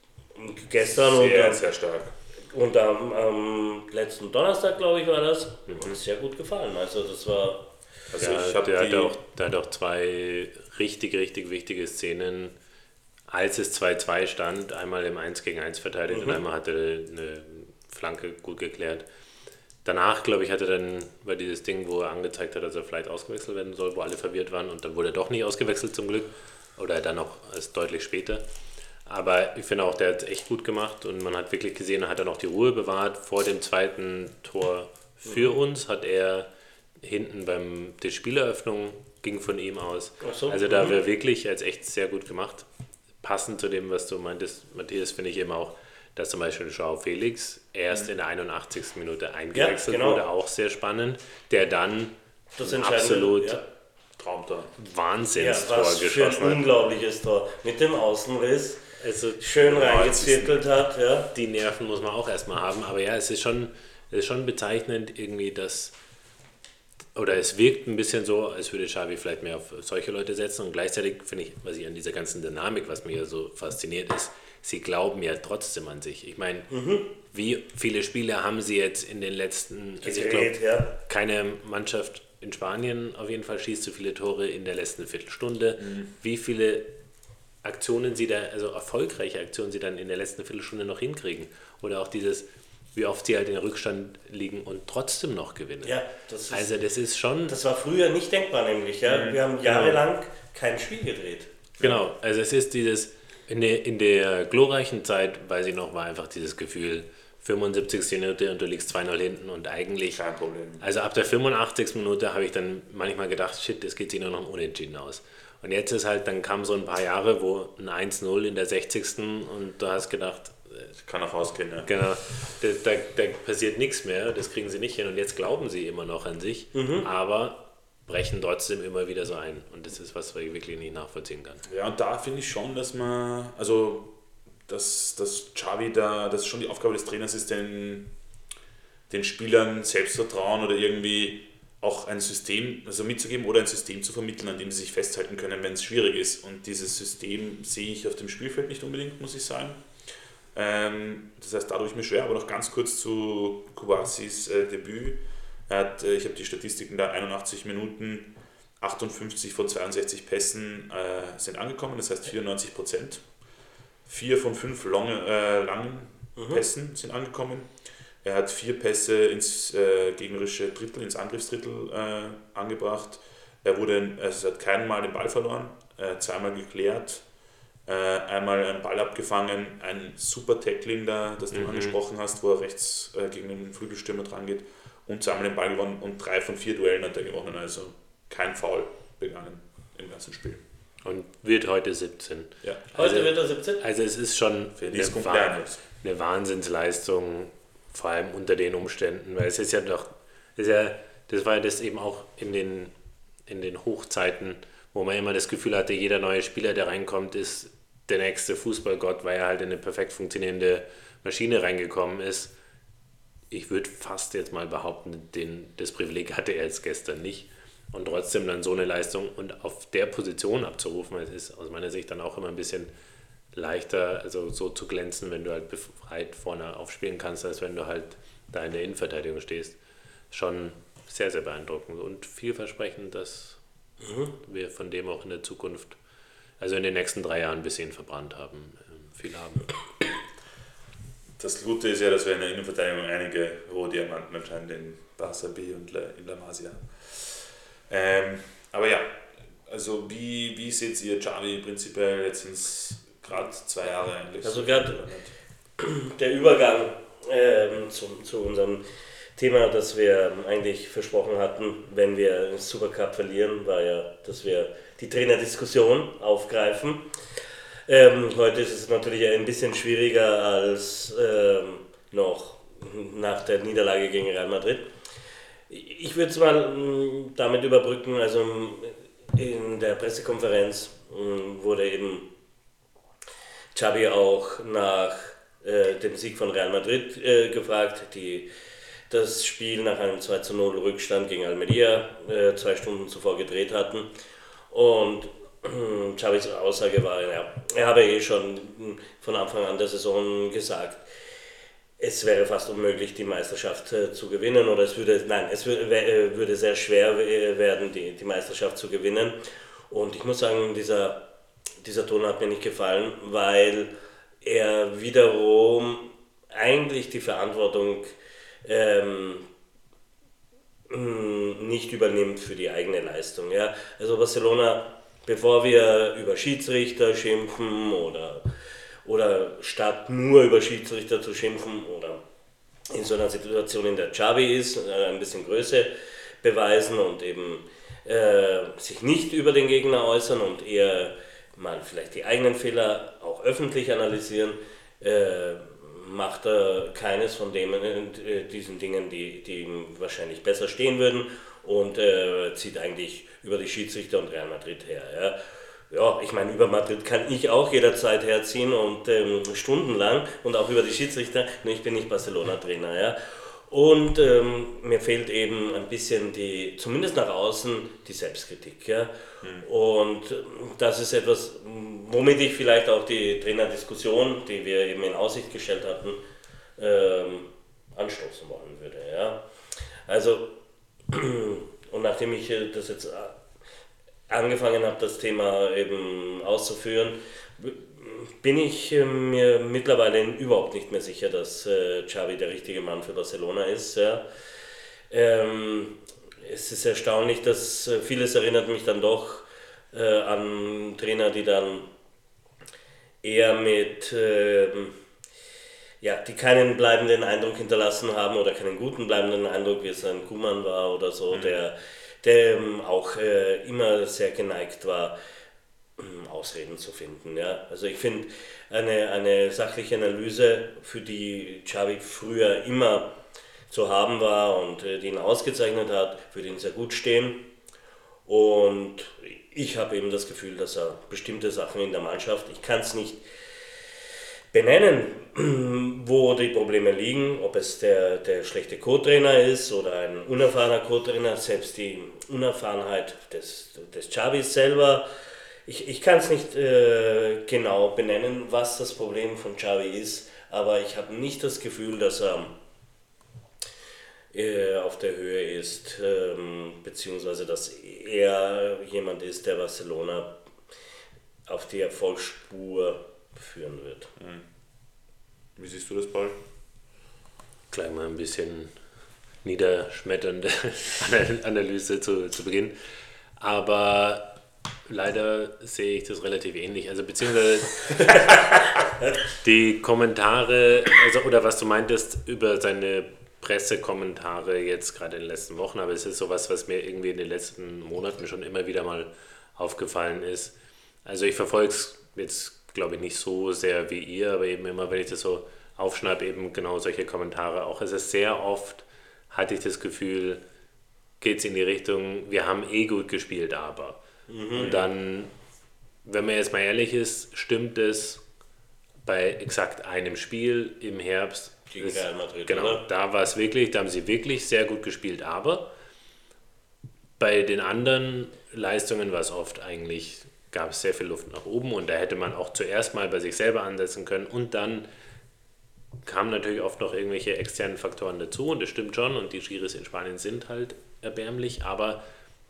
[SPEAKER 2] sehr stark.
[SPEAKER 3] Und am letzten Donnerstag, glaube ich, war das, sehr gut gefallen. Also das war...
[SPEAKER 4] Also der hat auch zwei richtig wichtige Szenen, als es 2:2 stand, einmal im 1-gegen-1 verteidigt und einmal hat er eine Flanke gut geklärt. Danach, glaube ich, war dieses Ding, wo er angezeigt hat, dass er vielleicht ausgewechselt werden soll, wo alle verwirrt waren und dann wurde er doch nicht ausgewechselt zum Glück oder dann auch erst deutlich später. Aber ich finde auch, der hat es echt gut gemacht und man hat wirklich gesehen, er hat dann auch die Ruhe bewahrt. Vor dem zweiten Tor für uns hat er hinten die Spieleröffnung ging von ihm aus. So, also da wäre wirklich als echt sehr gut gemacht. Passend zu dem, was du meintest, Matthias, finde ich eben auch, dass zum Beispiel João Felix erst in der 81. Minute eingewechselt wurde, auch sehr spannend, der dann
[SPEAKER 3] das
[SPEAKER 4] absolut
[SPEAKER 2] Traumtor.
[SPEAKER 4] Wahnsinnstor
[SPEAKER 3] geschossen hat. Ein unglaubliches Tor mit dem Außenriss.
[SPEAKER 4] Also
[SPEAKER 3] schön reingezirkelt hat. Ja.
[SPEAKER 4] Die Nerven muss man auch erstmal haben, aber ja, es ist schon bezeichnend irgendwie, oder es wirkt ein bisschen so, als würde Xavi vielleicht mehr auf solche Leute setzen und gleichzeitig finde ich, was ich an dieser ganzen Dynamik, was mich ja so fasziniert ist, sie glauben ja trotzdem an sich. Ich meine, wie viele Spiele haben sie jetzt in den letzten, also ich glaube, keine Mannschaft in Spanien auf jeden Fall schießt so viele Tore in der letzten Viertelstunde. Wie viele Aktionen sie da, also erfolgreiche Aktionen sie dann in der letzten Viertelstunde noch hinkriegen. Oder auch wie oft sie halt in Rückstand liegen und trotzdem noch gewinnen.
[SPEAKER 3] Ja,
[SPEAKER 4] das ist schon...
[SPEAKER 3] Das war früher nicht denkbar nämlich. Ja? Wir haben jahrelang kein Spiel gedreht.
[SPEAKER 4] Genau, also es ist in der glorreichen Zeit, weiß ich noch, war einfach dieses Gefühl, 75. Minute und du liegst 2:0 hinten und eigentlich...
[SPEAKER 2] Kein Problem.
[SPEAKER 4] Also ab der 85. Minute habe ich dann manchmal gedacht, shit, das geht sich nur noch um Unentschieden aus. Und jetzt ist halt, dann kamen so ein paar Jahre, wo ein 1:0 in der 60. und du hast gedacht...
[SPEAKER 2] Kann auch ausgehen, ja.
[SPEAKER 4] Genau, da passiert nichts mehr, das kriegen sie nicht hin und jetzt glauben sie immer noch an sich, aber brechen trotzdem immer wieder so ein und das ist, was ich wirklich nicht nachvollziehen kann.
[SPEAKER 2] Ja, und da finde ich schon, dass Xavi dass schon die Aufgabe des Trainers ist, den Spielern Selbstvertrauen oder irgendwie auch ein System mitzugeben oder ein System zu vermitteln, an dem sie sich festhalten können, wenn es schwierig ist. Und dieses System sehe ich auf dem Spielfeld nicht unbedingt, muss ich sagen. Das heißt, da tue ich mir schwer, aber noch ganz kurz zu Cubarsis Debüt. Ich habe die Statistiken da, 81 Minuten, 58 von 62 Pässen sind angekommen, das heißt 94%. 4 von 5 langen Pässen sind angekommen. Er hat 4 Pässe ins gegnerische Drittel, ins Angriffsdrittel angebracht. Er hat keinen Mal den Ball verloren, zweimal geklärt. einmal einen Ball abgefangen, ein super Tackling da, das du angesprochen hast, wo er rechts gegen den Flügelstürmer dran geht und zweimal den Ball gewonnen und 3 von 4 Duellen hat er gewonnen, also kein Foul begangen im ganzen Spiel.
[SPEAKER 4] Und wird heute 17.
[SPEAKER 2] Ja.
[SPEAKER 3] Heute wird er 17?
[SPEAKER 4] Also es ist schon eine Wahnsinnsleistung, vor allem unter den Umständen, weil es ist ja doch, das war ja das eben auch in den Hochzeiten, wo man immer das Gefühl hatte, jeder neue Spieler, der reinkommt, ist der nächste Fußballgott, weil er halt in eine perfekt funktionierende Maschine reingekommen ist. Ich würde fast jetzt mal behaupten, das Privileg hatte er jetzt gestern nicht. Und trotzdem dann so eine Leistung und auf der Position abzurufen, das ist aus meiner Sicht dann auch immer ein bisschen leichter, also so zu glänzen, wenn du halt befreit vorne aufspielen kannst, als wenn du halt da in der Innenverteidigung stehst. Schon sehr, sehr beeindruckend und vielversprechend, dass wir von dem auch in der Zukunft, also in den nächsten 3 Jahren, bis sie ihn verbrannt haben, viel haben.
[SPEAKER 2] Das Gute ist ja, dass wir in der Innenverteidigung einige Rohdiamanten anscheinend in Barca B und in La Masia haben. Aber ja, also wie seht ihr Xavi prinzipiell? Jetzt sind es gerade 2 Jahre eigentlich.
[SPEAKER 3] Also gerade der Übergang zu unserem Thema, das wir eigentlich versprochen hatten, wenn wir den Supercup verlieren, war ja, dass wir die Trainerdiskussion aufgreifen. Heute ist es natürlich ein bisschen schwieriger als noch nach der Niederlage gegen Real Madrid. Ich würde es mal damit überbrücken, also in der Pressekonferenz wurde eben Xavi auch nach dem Sieg von Real Madrid gefragt, die das Spiel nach einem 2:0 Rückstand gegen Almeria 2 Stunden zuvor gedreht hatten. Und Xavis Aussage war, ja, er habe schon von Anfang an der Saison gesagt, es wäre fast unmöglich, die Meisterschaft zu gewinnen, oder es würde sehr schwer werden, die Meisterschaft zu gewinnen. Und ich muss sagen, dieser Ton hat mir nicht gefallen, weil er wiederum eigentlich die Verantwortung nicht übernimmt für die eigene Leistung. Ja? Also Barcelona, bevor wir über Schiedsrichter schimpfen oder statt nur über Schiedsrichter zu schimpfen oder in so einer Situation, in der Xavi ist, ein bisschen Größe beweisen und eben sich nicht über den Gegner äußern und eher mal vielleicht die eigenen Fehler auch öffentlich analysieren, macht er keines von diesen Dingen, die ihm wahrscheinlich besser stehen würden, und zieht eigentlich über die Schiedsrichter und Real Madrid her. Ja, ich meine, über Madrid kann ich auch jederzeit herziehen und stundenlang, und auch über die Schiedsrichter, nur ich bin nicht Barcelona-Trainer. Ja. Und mir fehlt eben ein bisschen zumindest nach außen, die Selbstkritik. Ja. Und das ist etwas, womit ich vielleicht auch die Trainerdiskussion, die wir eben in Aussicht gestellt hatten, anstoßen wollen würde. Ja. Also, und nachdem ich das jetzt angefangen habe, das Thema eben auszuführen, bin ich mir mittlerweile überhaupt nicht mehr sicher, dass Xavi der richtige Mann für Barcelona ist. Ja. Es ist erstaunlich, dass vieles erinnert mich dann doch an Trainer, die dann eher die keinen bleibenden Eindruck hinterlassen haben oder keinen guten bleibenden Eindruck, wie es ein Koeman war oder so, der auch immer sehr geneigt war, Ausreden zu finden. Ja? Also ich finde, eine sachliche Analyse, für die Xavi früher immer zu haben war und die ihn ausgezeichnet hat, würde ihm sehr gut stehen. Und ich habe eben das Gefühl, dass er bestimmte Sachen in der Mannschaft, ich kann es nicht benennen, wo die Probleme liegen, ob es der schlechte Co-Trainer ist oder ein unerfahrener Co-Trainer, selbst die Unerfahrenheit des Xavis selber. Ich kann es nicht genau benennen, was das Problem von Xavi ist, aber ich habe nicht das Gefühl, dass er auf der Höhe ist, beziehungsweise dass er jemand ist, der Barcelona auf die Erfolgsspur führen wird.
[SPEAKER 2] Wie siehst du das, Paul?
[SPEAKER 4] Gleich mal ein bisschen niederschmetternde Analyse zu Beginn. Aber Leider sehe ich das relativ ähnlich. Also beziehungsweise die Kommentare, also oder was du meintest über seine Pressekommentare jetzt gerade in den letzten Wochen, aber es ist sowas, was mir irgendwie in den letzten Monaten schon immer wieder mal aufgefallen ist. Also ich verfolge es jetzt, glaube ich, nicht so sehr wie ihr, aber eben immer, wenn ich das so aufschnappe, eben genau solche Kommentare auch. Es ist sehr oft, hatte ich das Gefühl, geht es in die Richtung, wir haben eh gut gespielt, aber. Und dann, wenn man jetzt mal ehrlich ist, stimmt es bei exakt einem Spiel im Herbst.
[SPEAKER 3] Gegen Real Madrid,
[SPEAKER 4] Genau,
[SPEAKER 3] oder?
[SPEAKER 4] da war es wirklich, da haben sie wirklich sehr gut gespielt, aber bei den anderen Leistungen war es oft eigentlich, gab es sehr viel Luft nach oben und da hätte man auch zuerst mal bei sich selber ansetzen können und dann kamen natürlich oft noch irgendwelche externen Faktoren dazu und das stimmt schon und die Schiris in Spanien sind halt erbärmlich, aber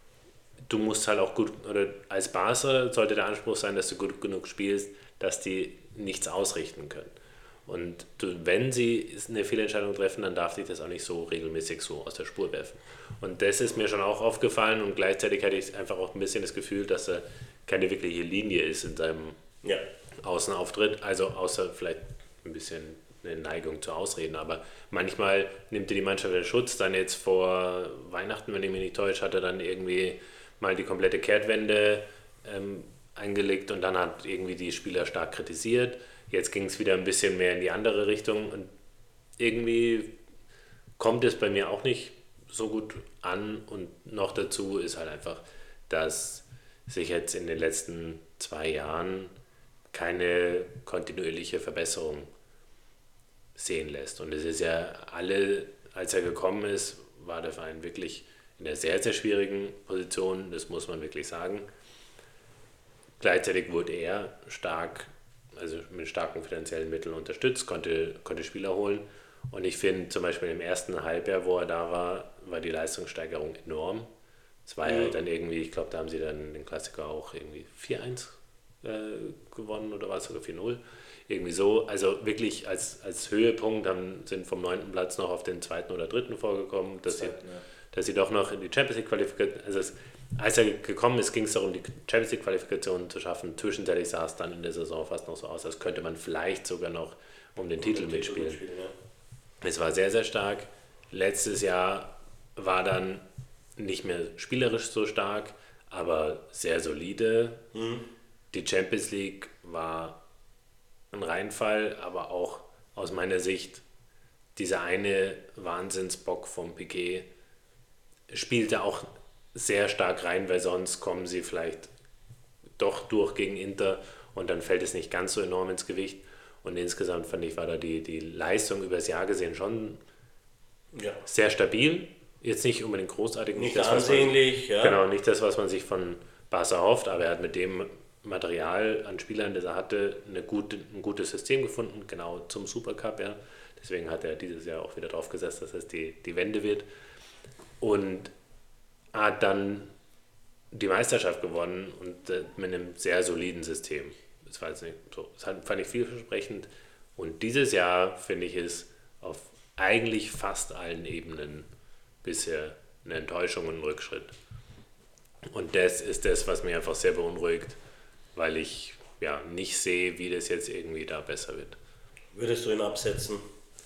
[SPEAKER 4] du musst halt auch gut, oder als Barca sollte der Anspruch sein, dass du gut genug spielst, dass die nichts ausrichten können. Und wenn sie eine Fehlentscheidung treffen, dann darf dich das auch nicht so regelmäßig so aus der Spur werfen. Und das ist mir schon auch aufgefallen und gleichzeitig hatte ich einfach auch ein bisschen das Gefühl, dass er keine wirkliche Linie ist in seinem
[SPEAKER 3] Ja.
[SPEAKER 4] Außenauftritt, also außer vielleicht ein bisschen eine Neigung zu Ausreden, aber manchmal nimmt dir die Mannschaft den Schutz, dann jetzt vor Weihnachten, wenn ich mich nicht täusche, hat er dann irgendwie mal die komplette Kehrtwende eingelegt und dann hat irgendwie die Spieler stark kritisiert. Jetzt ging es wieder ein bisschen mehr in die andere Richtung und irgendwie kommt es bei mir auch nicht so gut an und noch dazu ist halt einfach, dass sich jetzt in den letzten 2 Jahren keine kontinuierliche Verbesserung sehen lässt. Und es ist ja als er gekommen ist, war der Verein wirklich in einer sehr, sehr schwierigen Position, das muss man wirklich sagen. Gleichzeitig wurde er also mit starken finanziellen Mitteln unterstützt, konnte Spieler holen. Und ich finde zum Beispiel im ersten Halbjahr, wo er da war die Leistungssteigerung enorm. Es war ja dann irgendwie, ich glaube, da haben sie dann den Klassiker auch irgendwie 4-1 gewonnen oder war es sogar 4-0. Irgendwie so, also wirklich als Höhepunkt sind vom 9. Platz noch auf den 2. oder 3. vorgekommen, dass sie doch noch in die Champions League Qualifikation, also als er gekommen ist, ging es darum, die Champions League Qualifikation zu schaffen. Zwischenzeitlich sah es dann in der Saison fast noch so aus, als könnte man vielleicht sogar noch um den Titel mitspielen.
[SPEAKER 3] Ja.
[SPEAKER 4] Es war sehr, sehr stark. Letztes Jahr war dann nicht mehr spielerisch so stark, aber sehr solide. Die Champions League war ein Reinfall, aber auch aus meiner Sicht dieser eine Wahnsinnsbock vom Piqué spielte auch sehr stark rein, weil sonst kommen sie vielleicht doch durch gegen Inter und dann fällt es nicht ganz so enorm ins Gewicht. Und insgesamt fand ich, war da die Leistung über das Jahr gesehen schon sehr stabil. Jetzt nicht unbedingt großartig.
[SPEAKER 3] Nicht ansehnlich, ja.
[SPEAKER 4] Genau, nicht das, was man sich von Barca hofft, aber er hat mit dem Material an Spielern, das er hatte, ein gutes System gefunden, genau zum Supercup, ja. Deswegen hat er dieses Jahr auch wieder drauf gesetzt, dass es die Wende wird. Und hat dann die Meisterschaft gewonnen und mit einem sehr soliden System. Das war jetzt nicht so. Das fand ich vielversprechend. Und dieses Jahr finde ich es auf eigentlich fast allen Ebenen bisher eine Enttäuschung und ein Rückschritt. Und das ist das, was mich einfach sehr beunruhigt, weil ich nicht sehe, wie das jetzt irgendwie da besser wird.
[SPEAKER 3] Würdest du ihn absetzen?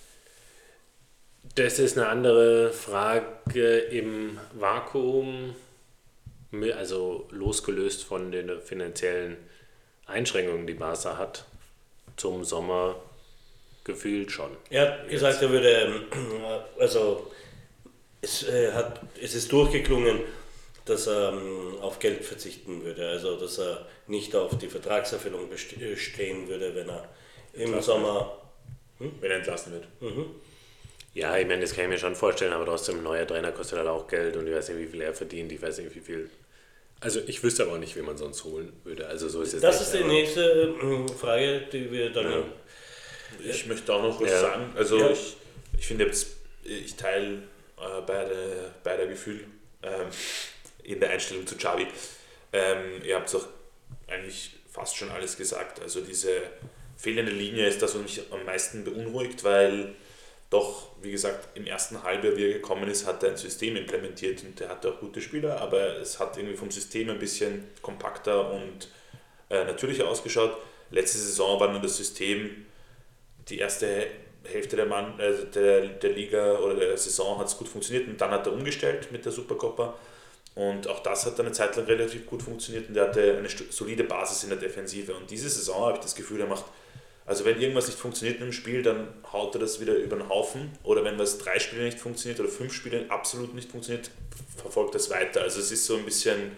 [SPEAKER 4] Das ist eine andere Frage im Vakuum, also losgelöst von den finanziellen Einschränkungen, die Barca hat, zum Sommer gefühlt schon.
[SPEAKER 3] Er hat gesagt, er würde, also es ist durchgeklungen, dass er auf Geld verzichten würde, also dass er nicht auf die Vertragserfüllung bestehen würde, wenn er im Sommer...
[SPEAKER 2] Wenn er entlassen wird.
[SPEAKER 4] Ja, ich meine, das kann ich mir schon vorstellen, aber trotzdem, ein neuer Trainer kostet halt auch Geld und ich weiß nicht, wie viel er verdient, ich weiß nicht, wie viel... Also ich wüsste aber auch nicht, wie man sonst holen würde, also so ist es
[SPEAKER 3] Das
[SPEAKER 4] nicht,
[SPEAKER 3] ist die nächste Frage, die wir dann...
[SPEAKER 4] Ja.
[SPEAKER 2] Ich möchte auch noch was sagen. Also ich finde jetzt, ich teile beide Gefühl in der Einstellung zu Xavi. Ihr habt auch eigentlich fast schon alles gesagt. Also diese fehlende Linie ist das, was mich am meisten beunruhigt, weil doch, wie gesagt, im ersten Halbjahr, wie er gekommen ist, hat er ein System implementiert und der hatte auch gute Spieler, aber es hat irgendwie vom System ein bisschen kompakter und natürlicher ausgeschaut. Letzte Saison war nur das System, die erste Hälfte der Liga oder der Saison hat es gut funktioniert und dann hat er umgestellt mit der Supercoppa und auch das hat dann eine Zeit lang relativ gut funktioniert und er hatte eine solide Basis in der Defensive und diese Saison habe ich das Gefühl, er macht, also wenn irgendwas nicht funktioniert im Spiel, dann haut er das wieder über den Haufen oder wenn was 3 Spiele nicht funktioniert oder 5 Spiele absolut nicht funktioniert, verfolgt das weiter. Also es ist so ein bisschen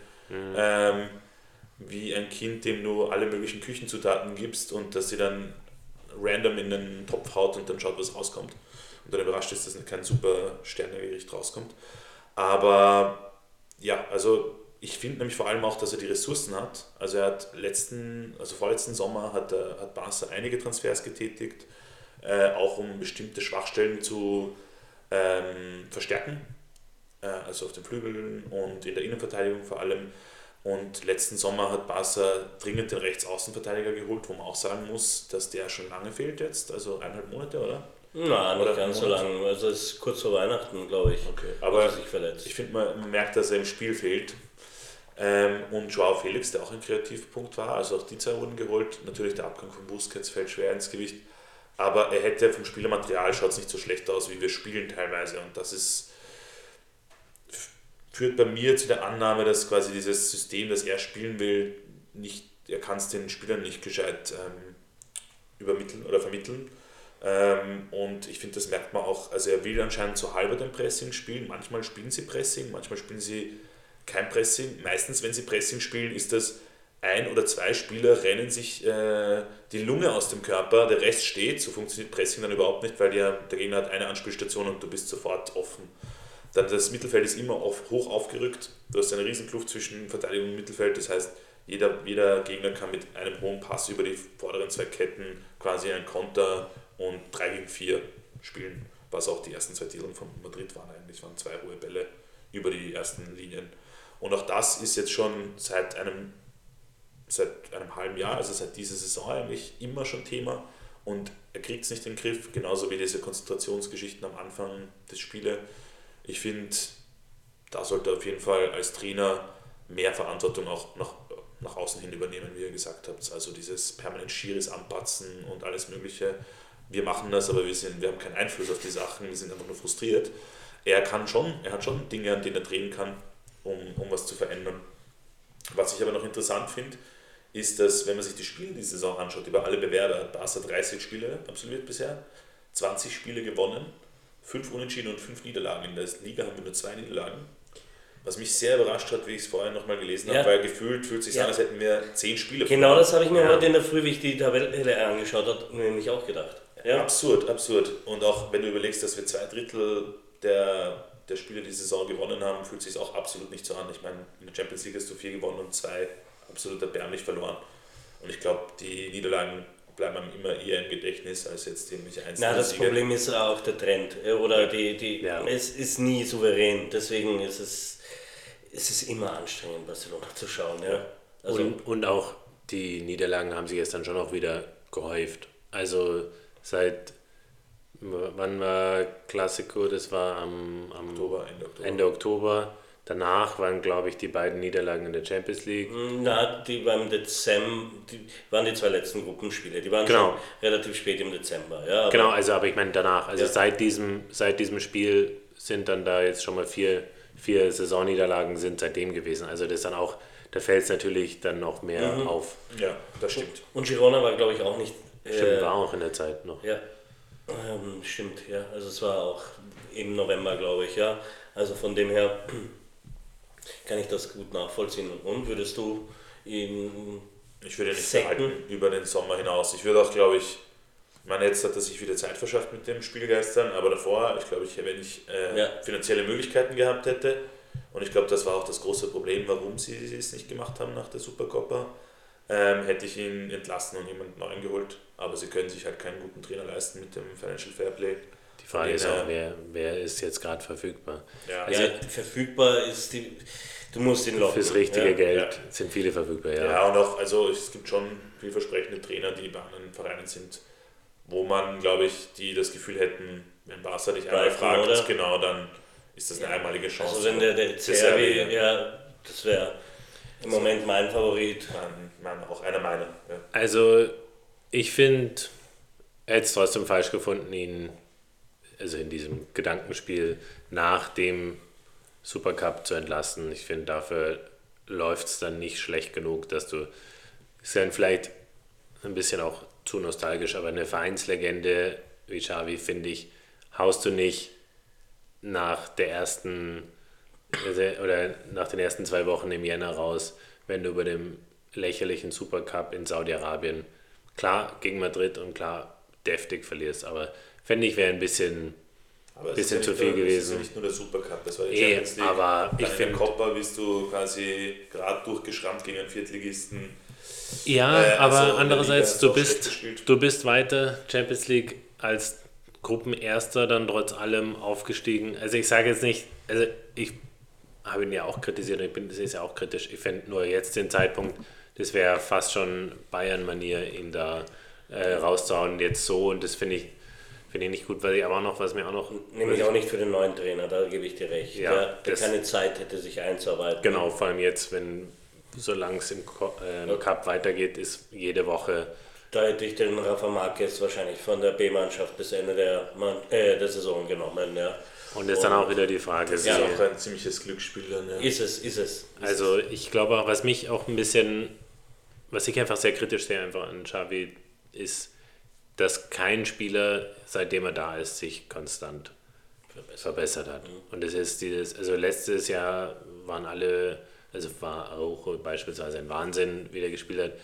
[SPEAKER 2] wie ein Kind, dem du alle möglichen Küchenzutaten gibst und dass sie dann random in den Topf haut und dann schaut, was rauskommt. Und dann überrascht ist, dass kein super Sternegericht rauskommt. Aber ja, also ich finde nämlich vor allem auch, dass er die Ressourcen hat. Also er hat vorletzten Sommer hat Barca einige Transfers getätigt, auch um bestimmte Schwachstellen zu verstärken. Also auf den Flügeln und in der Innenverteidigung vor allem. Und letzten Sommer hat Barca dringend den Rechtsaußenverteidiger geholt, wo man auch sagen muss, dass der schon lange fehlt jetzt, also 1,5 Monate, oder?
[SPEAKER 3] Nein, nicht ganz so lange. Also es ist kurz vor Weihnachten, glaube ich.
[SPEAKER 2] Okay, aber
[SPEAKER 3] sich verletzt.
[SPEAKER 2] Ich finde, man merkt, dass er im Spiel fehlt. Und Joao Felix, der auch ein Kreativpunkt war, also auch die 2 wurden geholt. Natürlich der Abgang von Busquets fällt schwer ins Gewicht, aber er hätte vom Spielermaterial schaut es nicht so schlecht aus, wie wir spielen teilweise. Und das führt bei mir zu der Annahme, dass quasi dieses System, das er spielen will, er kann es den Spielern nicht gescheit übermitteln oder vermitteln. Und ich finde, das merkt man auch, also er will anscheinend so halber den Pressing spielen. Manchmal spielen sie Pressing, manchmal spielen sie kein Pressing. Meistens, wenn sie Pressing spielen, ist das 1 oder 2 Spieler rennen sich die Lunge aus dem Körper, der Rest steht. So funktioniert Pressing dann überhaupt nicht, weil der Gegner hat eine Anspielstation und du bist sofort offen. Dann das Mittelfeld ist immer hoch aufgerückt. Du hast eine riesen Kluft zwischen Verteidigung und Mittelfeld. Das heißt, jeder Gegner kann mit einem hohen Pass über die vorderen 2 Ketten quasi einen Konter und 3 gegen 4 spielen. Was auch die ersten 2 Titel von Madrid waren eigentlich. Waren 2 hohe Bälle über die ersten Linien. Und auch das ist jetzt schon seit einem halben Jahr, also seit dieser Saison eigentlich immer schon Thema. Und er kriegt es nicht in den Griff, genauso wie diese Konzentrationsgeschichten am Anfang des Spiels. Ich finde, da sollte er auf jeden Fall als Trainer mehr Verantwortung auch nach außen hin übernehmen, wie ihr gesagt habt. Also dieses permanent Schiris anpatzen und alles Mögliche. Wir machen das, aber wir haben keinen Einfluss auf die Sachen, wir sind einfach nur frustriert. Er hat schon Dinge, an denen er drehen kann, um was zu verändern. Was ich aber noch interessant finde, ist, dass wenn man sich die Spiele dieser Saison anschaut, über alle Bewerber, hat Barca 30 Spiele absolviert bisher, 20 Spiele gewonnen, 5 Unentschieden und 5 Niederlagen. In der Liga haben wir nur 2 Niederlagen. Was mich sehr überrascht hat, wie ich es vorher nochmal gelesen habe, weil gefühlt fühlt es sich an, als hätten wir 10 Spiele
[SPEAKER 3] genau verloren. Das habe ich mir heute in der Früh, wie ich die Tabelle angeschaut habe, nämlich auch gedacht. Ja? Absurd.
[SPEAKER 2] Und auch wenn du überlegst, dass wir 2/3 der Spiele die Saison gewonnen haben, fühlt es sich auch absolut nicht so an. Ich meine, in der Champions League hast du 4 gewonnen und 2 absolut erbärmlich verloren. Und ich glaube, die Niederlagen bleiben einem immer eher im Gedächtnis als jetzt irgendwelche einzelnen
[SPEAKER 3] das
[SPEAKER 2] Siege.
[SPEAKER 3] Problem ist auch der Trend. Oder es ist nie souverän. Deswegen ist es immer anstrengend, Barcelona zu schauen. Ja?
[SPEAKER 4] Also und auch die Niederlagen haben sich jetzt dann schon auch wieder gehäuft. Also wann war Clasico? Das war am Ende Oktober. Danach waren, glaube ich, die beiden Niederlagen in der Champions League.
[SPEAKER 3] Na, die waren im Dezember, waren die 2 letzten Gruppenspiele. Die waren schon relativ spät im Dezember. Ja,
[SPEAKER 4] aber ich meine danach. Also seit diesem Spiel sind dann da jetzt schon mal 4 Saisonniederlagen sind seitdem gewesen. Also das dann auch, da fällt es natürlich dann noch mehr auf.
[SPEAKER 2] Ja, das stimmt.
[SPEAKER 3] Und Girona war, glaube ich, auch nicht...
[SPEAKER 4] Stimmt, war auch in der Zeit noch.
[SPEAKER 3] Ja, stimmt, ja. Also es war auch im November, glaube ich, ja. Also von dem her kann ich das gut nachvollziehen. Und würdest du ihn...
[SPEAKER 2] Ich würde nicht verhalten über den Sommer hinaus. Ich würde auch, glaube ich, jetzt hat er sich wieder Zeit verschafft mit dem Spiel gestern, aber davor, wenn ich finanzielle Möglichkeiten gehabt hätte, und ich glaube, das war auch das große Problem, warum sie es nicht gemacht haben nach der Supercoppa, hätte ich ihn entlassen und jemanden neuen geholt. Aber sie können sich halt keinen guten Trainer leisten mit dem Financial Fairplay.
[SPEAKER 4] Die Frage ist auch, wer ist jetzt gerade verfügbar?
[SPEAKER 3] Ja, also verfügbar ist du musst ihn locken.
[SPEAKER 4] Fürs richtige Geld sind viele verfügbar,
[SPEAKER 2] Ja, und auch, also es gibt schon vielversprechende Trainer, die bei anderen Vereinen sind, wo man, glaube ich, die das Gefühl hätten, wenn Barca dich einmal fragt,
[SPEAKER 3] oder?
[SPEAKER 2] genau, dann ist das eine einmalige Chance.
[SPEAKER 3] Also wenn der Cervi, das wäre im Moment mein Favorit.
[SPEAKER 2] Auch einer meiner. Ja.
[SPEAKER 4] Also ich finde, er hätte es trotzdem falsch gefunden, ihn also in diesem Gedankenspiel nach dem Supercup zu entlassen. Ich finde, dafür läuft es dann nicht schlecht genug, dass du, ist dann vielleicht ein bisschen auch zu nostalgisch, aber eine Vereinslegende wie Xavi, finde ich, haust du nicht nach der ersten oder nach den ersten 2 Wochen im Jänner raus, wenn du über dem lächerlichen Supercup in Saudi-Arabien klar gegen Madrid und klar deftig verlierst, aber fände ich, wäre ein bisschen zu viel gewesen.
[SPEAKER 2] Das ist ja nicht nur der Supercup, das war die Champions League.
[SPEAKER 4] Aber ich finde,
[SPEAKER 2] Copa bist du quasi gerade durchgeschrammt gegen einen Viertligisten.
[SPEAKER 4] ja, aber
[SPEAKER 2] also
[SPEAKER 4] andererseits,
[SPEAKER 2] du
[SPEAKER 4] bist weiter Champions League als Gruppenerster dann trotz allem aufgestiegen. Also ich sage jetzt nicht, also ich habe ihn ja auch kritisiert, das ist ja auch kritisch. Ich fände nur jetzt den Zeitpunkt, das wäre fast schon Bayern-Manier, ihn da rauszuhauen jetzt so, und das finde ich nicht gut, weil ich aber auch noch, was mir auch noch...
[SPEAKER 3] Nämlich auch nicht für den neuen Trainer, da gebe ich dir recht.
[SPEAKER 4] Ja,
[SPEAKER 3] der keine Zeit hätte, sich einzuarbeiten.
[SPEAKER 4] Genau, vor allem jetzt, solange es im Cup weitergeht, ist jede Woche...
[SPEAKER 3] Da hätte ich den Rafa Marquez wahrscheinlich von der B-Mannschaft bis Ende der Saison genommen. Ja.
[SPEAKER 4] Und ist dann auch wieder die Frage...
[SPEAKER 2] Das ist auch ein ziemliches Glücksspiel dann, ja.
[SPEAKER 3] Ist es.
[SPEAKER 4] Also ich glaube auch, was mich auch ein bisschen... Was ich einfach sehr kritisch sehe einfach an Xavi, ist, dass kein Spieler, seitdem er da ist, sich konstant verbessert hat. Und das ist also letztes Jahr waren alle, also war Araujo beispielsweise ein Wahnsinn, wie der gespielt hat.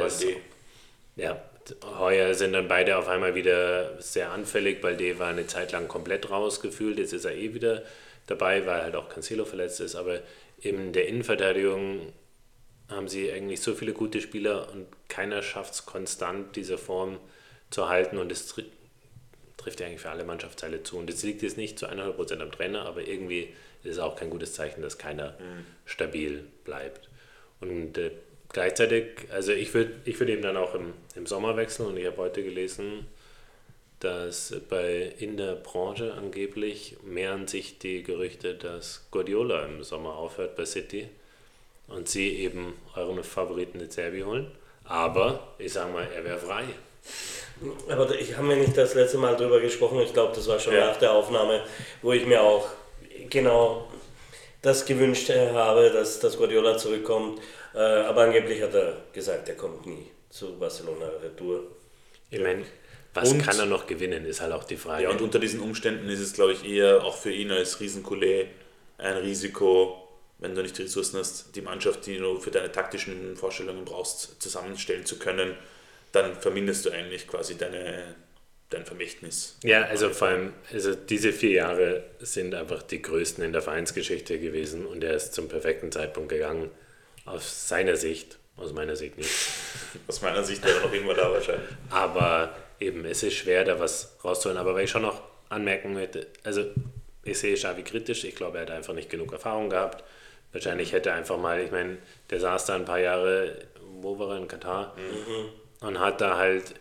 [SPEAKER 4] Heuer sind dann beide auf einmal wieder sehr anfällig. Balde war eine Zeit lang komplett rausgefühlt, jetzt ist er wieder dabei, weil halt auch Cancelo verletzt ist. Aber in der Innenverteidigung haben sie eigentlich so viele gute Spieler und keiner schafft es konstant, diese Form zu halten, und das trifft ja eigentlich für alle Mannschaftsteile zu. Und das liegt jetzt nicht zu 100% am Trainer, aber irgendwie ist es auch kein gutes Zeichen, dass keiner stabil bleibt. Und gleichzeitig, also ich würd eben dann auch im Sommer wechseln, und ich habe heute gelesen, dass in der Branche angeblich mehren sich die Gerüchte, dass Guardiola im Sommer aufhört bei City und sie eben euren Favoriten De Zerbi holen. Aber ich sage mal, er wäre frei.
[SPEAKER 3] Aber ich habe mir nicht das letzte Mal drüber gesprochen, ich glaube, das war schon nach der Aufnahme, wo ich mir auch genau das gewünscht habe, dass Guardiola zurückkommt. Aber angeblich hat er gesagt, er kommt nie zu Barcelona Retour.
[SPEAKER 4] Ich meine, was kann er noch gewinnen, ist halt auch die Frage.
[SPEAKER 2] Ja, und unter diesen Umständen ist es, glaube ich, eher auch für ihn als Riesenkollege ein Risiko, wenn du nicht die Ressourcen hast, die Mannschaft, die du für deine taktischen Vorstellungen brauchst, zusammenstellen zu können, dann verminderst du eigentlich quasi dein Vermächtnis.
[SPEAKER 4] Ja, also vor allem, diese 4 Jahre sind einfach die größten in der Vereinsgeschichte gewesen, und er ist zum perfekten Zeitpunkt gegangen. Aus seiner Sicht, aus meiner Sicht nicht.
[SPEAKER 2] Aus meiner Sicht wäre noch irgendwann da wahrscheinlich.
[SPEAKER 4] Aber eben, es ist schwer, da was rauszuholen. Aber weil ich schon noch anmerken möchte, also ich sehe Xavi kritisch, ich glaube, er hat einfach nicht genug Erfahrung gehabt. Wahrscheinlich hätte er einfach mal, ich meine, der saß da ein paar Jahre, wo war er, in Katar, und hat da halt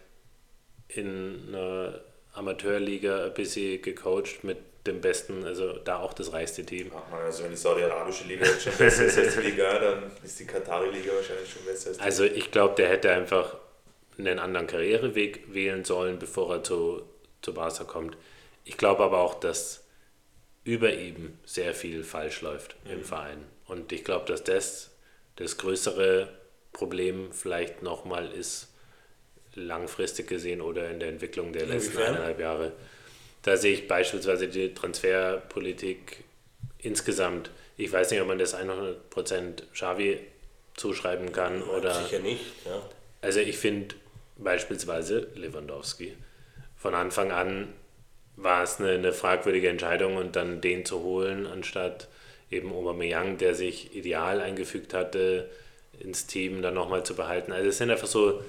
[SPEAKER 4] in einer Amateurliga ein bisschen gecoacht mit dem besten, also da auch das reichste Team.
[SPEAKER 2] Also wenn die saudi-arabische Liga jetzt schon besser ist als die Liga, dann ist die Katari-Liga wahrscheinlich schon besser als die.
[SPEAKER 4] Also ich glaube, der hätte einfach einen anderen Karriereweg wählen sollen, bevor er zu Barca kommt. Ich glaube aber auch, dass über ihm sehr viel falsch läuft im Verein. Und ich glaube, dass das größere Problem vielleicht nochmal ist, langfristig gesehen oder in der Entwicklung der letzten 1,5 Jahre. Da sehe ich beispielsweise die Transferpolitik insgesamt, ich weiß nicht, ob man das 100% Xavi zuschreiben kann. Oder
[SPEAKER 3] sicher nicht, ja.
[SPEAKER 4] Also ich finde beispielsweise Lewandowski. Von Anfang an war es eine fragwürdige Entscheidung, und dann den zu holen, anstatt eben Aubameyang, der sich ideal eingefügt hatte, ins Team dann nochmal zu behalten. Also es sind einfach so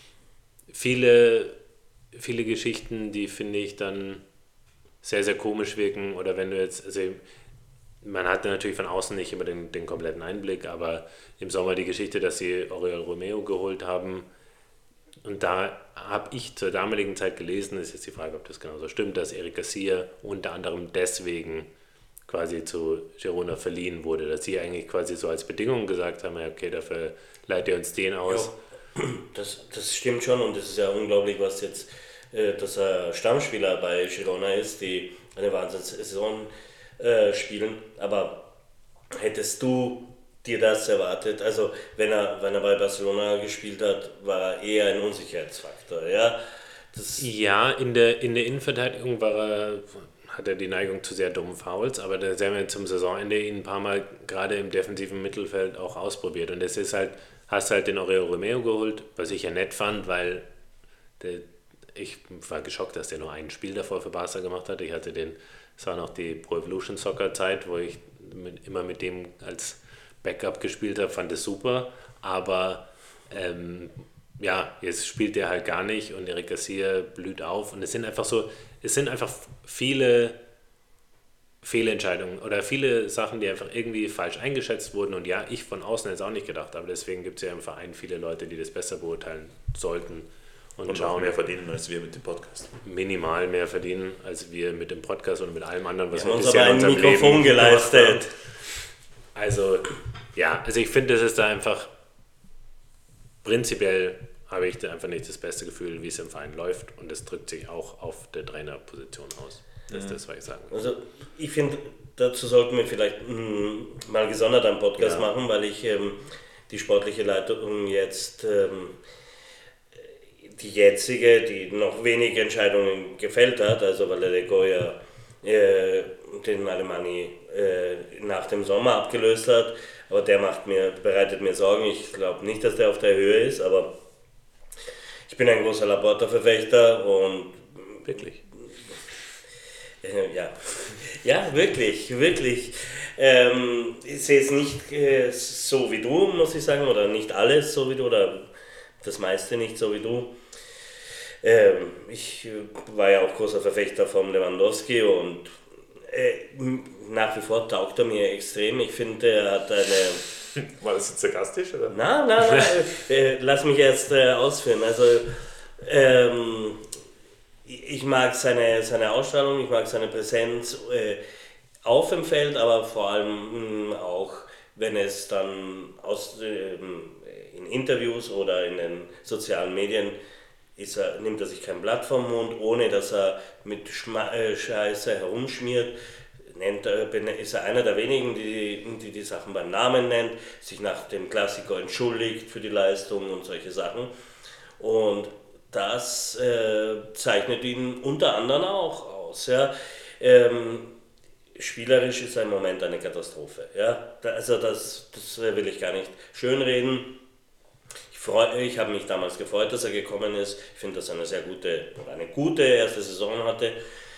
[SPEAKER 4] viele Geschichten, die, finde ich, dann sehr, sehr komisch wirken. Oder wenn du jetzt, also man hat natürlich von außen nicht immer den kompletten Einblick, aber im Sommer die Geschichte, dass sie Oriol Romeo geholt haben, Und da habe ich zur damaligen Zeit gelesen, ist jetzt die Frage, ob das genauso stimmt, dass Eric Garcia unter anderem deswegen quasi zu Girona verliehen wurde, dass sie eigentlich quasi so als Bedingung gesagt haben, ja, okay, dafür leiht ihr uns den aus.
[SPEAKER 3] Ja, das stimmt schon und es ist ja unglaublich, was jetzt, dass er Stammspieler bei Girona ist, die eine Wahnsinnssaison spielen, aber hättest du dir das erwartet? Also wenn er bei Barcelona gespielt hat, war er eher ein Unsicherheitsfaktor, ja?
[SPEAKER 4] Ja, in der Innenverteidigung hat er die Neigung zu sehr dummen Fouls, aber da haben wir zum Saisonende ihn ein paar Mal gerade im defensiven Mittelfeld auch ausprobiert. Und das ist halt, hast halt den Oriol Romeo geholt, was ich ja nett fand, weil ich war geschockt, dass der nur ein Spiel davor für Barca gemacht hat. Es war noch die Pro Evolution Soccer Zeit, wo ich immer mit dem als Backup gespielt habe, fand es super, aber ja, jetzt spielt er halt gar nicht und Eric Garcia blüht auf und es sind einfach viele Fehlentscheidungen oder viele Sachen, die einfach irgendwie falsch eingeschätzt wurden und ja, ich von außen jetzt auch nicht gedacht, aber deswegen gibt es ja im Verein viele Leute, die das besser beurteilen sollten und
[SPEAKER 2] auch mehr verdienen als wir mit dem Podcast.
[SPEAKER 4] Minimal mehr verdienen als wir mit dem Podcast und mit allem anderen, was
[SPEAKER 3] wir
[SPEAKER 4] wir
[SPEAKER 3] uns
[SPEAKER 4] bisher
[SPEAKER 3] aber
[SPEAKER 4] in
[SPEAKER 3] ein
[SPEAKER 4] unserem
[SPEAKER 3] Mikrofon
[SPEAKER 4] Leben
[SPEAKER 3] geleistet.
[SPEAKER 4] Also, ja, also ich finde, das ist da einfach prinzipiell habe ich da einfach nicht das beste Gefühl, wie es im Verein läuft und das drückt sich auch auf der Trainerposition aus. Das ist das, was ich sagen will.
[SPEAKER 3] Also ich finde, dazu sollten wir vielleicht mal gesondert einen Podcast machen, weil ich die sportliche Leitung jetzt, die jetzige, die noch wenige Entscheidungen gefällt hat, also Valerio Goya den Alemanni nach dem Sommer abgelöst hat, aber der bereitet mir Sorgen. Ich glaube nicht, dass der auf der Höhe ist, aber ich bin ein großer Laporta-Verfechter und
[SPEAKER 4] Wirklich?
[SPEAKER 3] Ja, wirklich. Ich sehe es nicht so wie du, muss ich sagen, oder nicht alles so wie du, oder das meiste nicht so wie du. Ich war ja auch großer Verfechter von Lewandowski und nach wie vor taugt er mir extrem. Ich finde, er hat eine...
[SPEAKER 2] War das jetzt sarkastisch, oder?
[SPEAKER 3] Nein, lass mich erst ausführen. Also, ich mag seine Ausstrahlung, ich mag seine Präsenz auf dem Feld, aber vor allem auch, wenn es dann in Interviews oder in den sozialen Medien nimmt er sich kein Blatt vom Mund, ohne dass er mit Scheiße herumschmiert. Ist er einer der wenigen, die Sachen beim Namen nennt, sich nach dem Klassiker entschuldigt für die Leistung und solche Sachen. Und das zeichnet ihn unter anderem auch aus. Ja. Spielerisch ist er im Moment eine Katastrophe. Ja. Also das will ich gar nicht schönreden. Ich habe mich damals gefreut, dass er gekommen ist. Ich finde, dass er eine gute erste Saison hatte.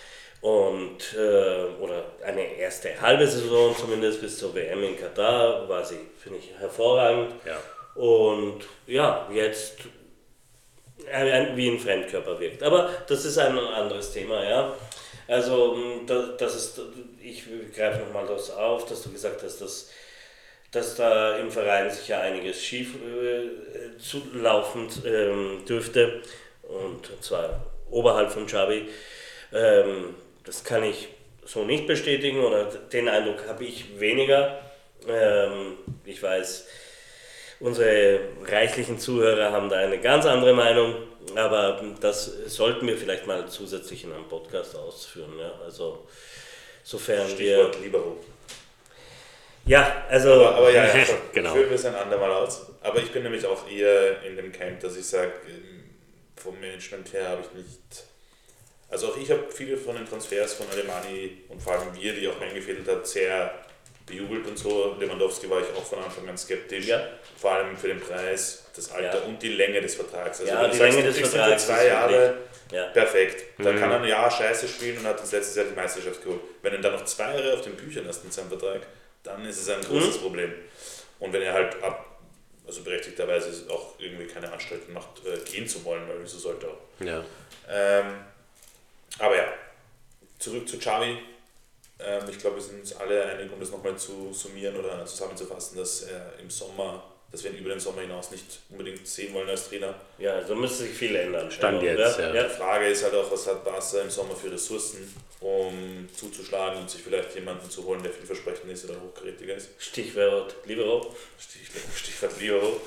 [SPEAKER 3] Oder eine erste halbe Saison zumindest bis zur WM in Katar war sie, finde ich, hervorragend. Ja. Und ja, jetzt wie ein Fremdkörper wirkt. Aber das ist ein anderes Thema, ja. Also ich greife nochmal das auf, dass du gesagt hast, dass da im Verein sicher einiges schief zulaufen dürfte, und zwar oberhalb von Xavi. Das kann ich so nicht bestätigen, oder den Eindruck habe ich weniger. Ich weiß, unsere reichlichen Zuhörer haben da eine ganz andere Meinung, aber das sollten wir vielleicht mal zusätzlich in einem Podcast ausführen. Ja? Also sofern
[SPEAKER 2] Stichwort Libero.
[SPEAKER 3] Ja, also...
[SPEAKER 2] Aber ja,
[SPEAKER 4] genau.
[SPEAKER 2] Führen wir es ein andermal aus. Aber ich bin nämlich auch eher in dem Camp, dass ich sage, vom Management her habe ich nicht... Also auch ich habe viele von den Transfers von Alemanni und vor allem wir, die auch eingefädelt hat, sehr bejubelt und so. Lewandowski war ich auch von Anfang an skeptisch, vor allem für den Preis, das Alter und die Länge des Vertrags. Also wenn du sagst, du kriegst ihn für 2 Jahre, perfekt. Da kann er ein Jahr scheiße spielen und hat uns letztes Jahr die Meisterschaft geholt. Wenn er dann noch 2 Jahre auf den Büchern hast mit seinem Vertrag, dann ist es ein großes Problem. Und wenn er halt also berechtigterweise auch irgendwie keine Anstalten macht, gehen zu wollen, weil wieso sollte er?
[SPEAKER 4] Ja.
[SPEAKER 2] Aber ja, zurück zu Xavi. Ich glaube, wir sind uns alle einig, um das nochmal zu summieren oder zusammenzufassen, dass er im Sommer das wir ihn über den Sommer hinaus nicht unbedingt sehen wollen als Trainer.
[SPEAKER 3] Ja, also müsste sich viel ändern.
[SPEAKER 4] Stand jetzt, ja.
[SPEAKER 2] Die Frage ist halt auch, was hat Barca im Sommer für Ressourcen, um zuzuschlagen und sich vielleicht jemanden zu holen, der vielversprechend ist oder hochkarätiger ist.
[SPEAKER 3] Stichwort Libero.
[SPEAKER 2] Stichwort Libero.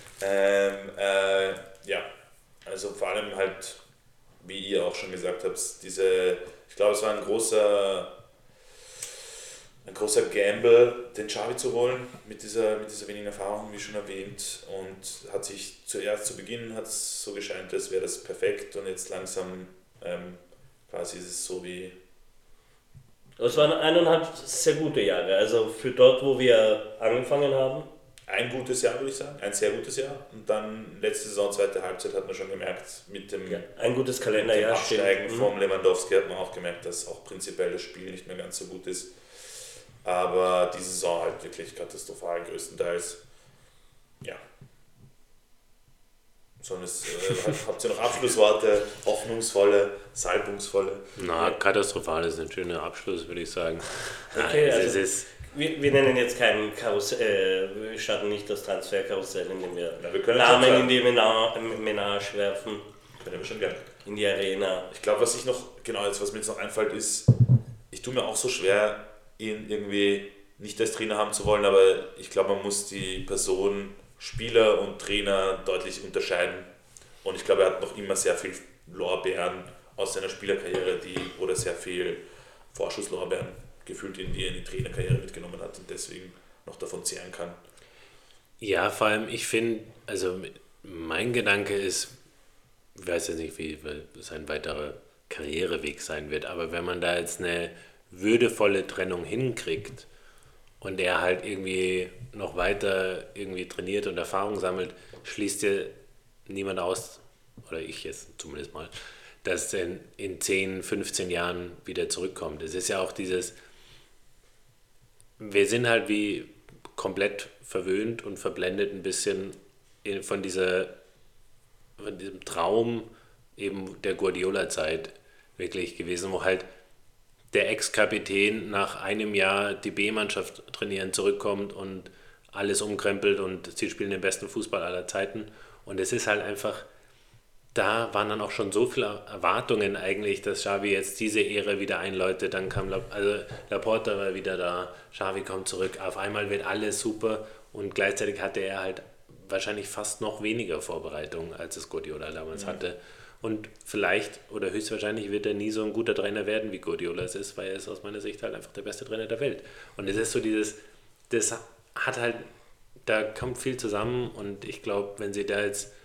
[SPEAKER 2] Ja, also vor allem halt, wie ihr auch schon gesagt habt, ich glaube, es war ein großer Gamble, den Xavi zu holen, mit dieser wenigen Erfahrung, wie schon erwähnt, und hat sich zu Beginn hat es so gescheint, als wäre das perfekt, und jetzt langsam quasi ist es so wie...
[SPEAKER 3] Das waren 1,5 sehr gute Jahre, also für dort, wo wir angefangen haben.
[SPEAKER 2] Ein gutes Jahr, würde ich sagen, ein sehr gutes Jahr, und dann letzte Saison, zweite Halbzeit, hat man schon gemerkt, mit dem,
[SPEAKER 3] ein gutes
[SPEAKER 2] dem
[SPEAKER 3] Kalenderjahr.
[SPEAKER 2] Absteigen vom Lewandowski hat man auch gemerkt, dass auch prinzipiell das Spiel nicht mehr ganz so gut ist. Aber die Saison halt wirklich katastrophal größtenteils. Ja. Habt ihr noch Abschlussworte, hoffnungsvolle, salbungsvolle?
[SPEAKER 4] Na, katastrophal ist ein schöner Abschluss, würde ich sagen.
[SPEAKER 3] Okay,
[SPEAKER 4] Nein,
[SPEAKER 3] also
[SPEAKER 4] es ist,
[SPEAKER 3] wir nennen jetzt kein Karussell, wir starten nicht das Transferkarussell, indem wir
[SPEAKER 2] können
[SPEAKER 3] Namen
[SPEAKER 2] schon
[SPEAKER 3] in die Menage werfen,
[SPEAKER 2] Können wir schon gerne.
[SPEAKER 3] in die Arena.
[SPEAKER 2] Ich glaube, was mir jetzt noch einfällt, ist, ich tue mir auch so schwer, ihn irgendwie nicht als Trainer haben zu wollen, aber ich glaube, man muss die Person Spieler und Trainer deutlich unterscheiden. Und ich glaube, er hat noch immer sehr viel Lorbeeren aus seiner Spielerkarriere, oder sehr viel Vorschusslorbeeren gefühlt, die er in die Trainerkarriere mitgenommen hat und deswegen noch davon zehren kann.
[SPEAKER 4] ja, vor allem, ich finde, also mein Gedanke ist, ich weiß jetzt nicht, wie sein weiterer Karriereweg sein wird, aber wenn man da jetzt eine würdevolle Trennung hinkriegt und er halt irgendwie noch weiter irgendwie trainiert und Erfahrung sammelt, schließt ja niemand aus, oder ich jetzt zumindest mal, dass er in 10, 15 Jahren wieder zurückkommt. Es ist ja auch wir sind halt wie komplett verwöhnt und verblendet ein bisschen von diesem Traum eben der Guardiola-Zeit wirklich gewesen, wo halt der Ex-Kapitän nach einem Jahr die B-Mannschaft trainieren zurückkommt und alles umkrempelt und sie spielen den besten Fußball aller Zeiten. Und es ist halt einfach, da waren dann auch schon so viele Erwartungen eigentlich, dass Xavi jetzt diese Ära wieder einläutet. Dann kam Laporta war wieder da, Xavi kommt zurück, auf einmal wird alles super und gleichzeitig hatte er halt wahrscheinlich fast noch weniger Vorbereitung, als es Guardiola damals hatte. Und vielleicht oder höchstwahrscheinlich wird er nie so ein guter Trainer werden, wie Guardiola es ist, weil er ist aus meiner Sicht halt einfach der beste Trainer der Welt. Und es ist so das hat halt, da kommt viel zusammen und ich glaube, wenn sie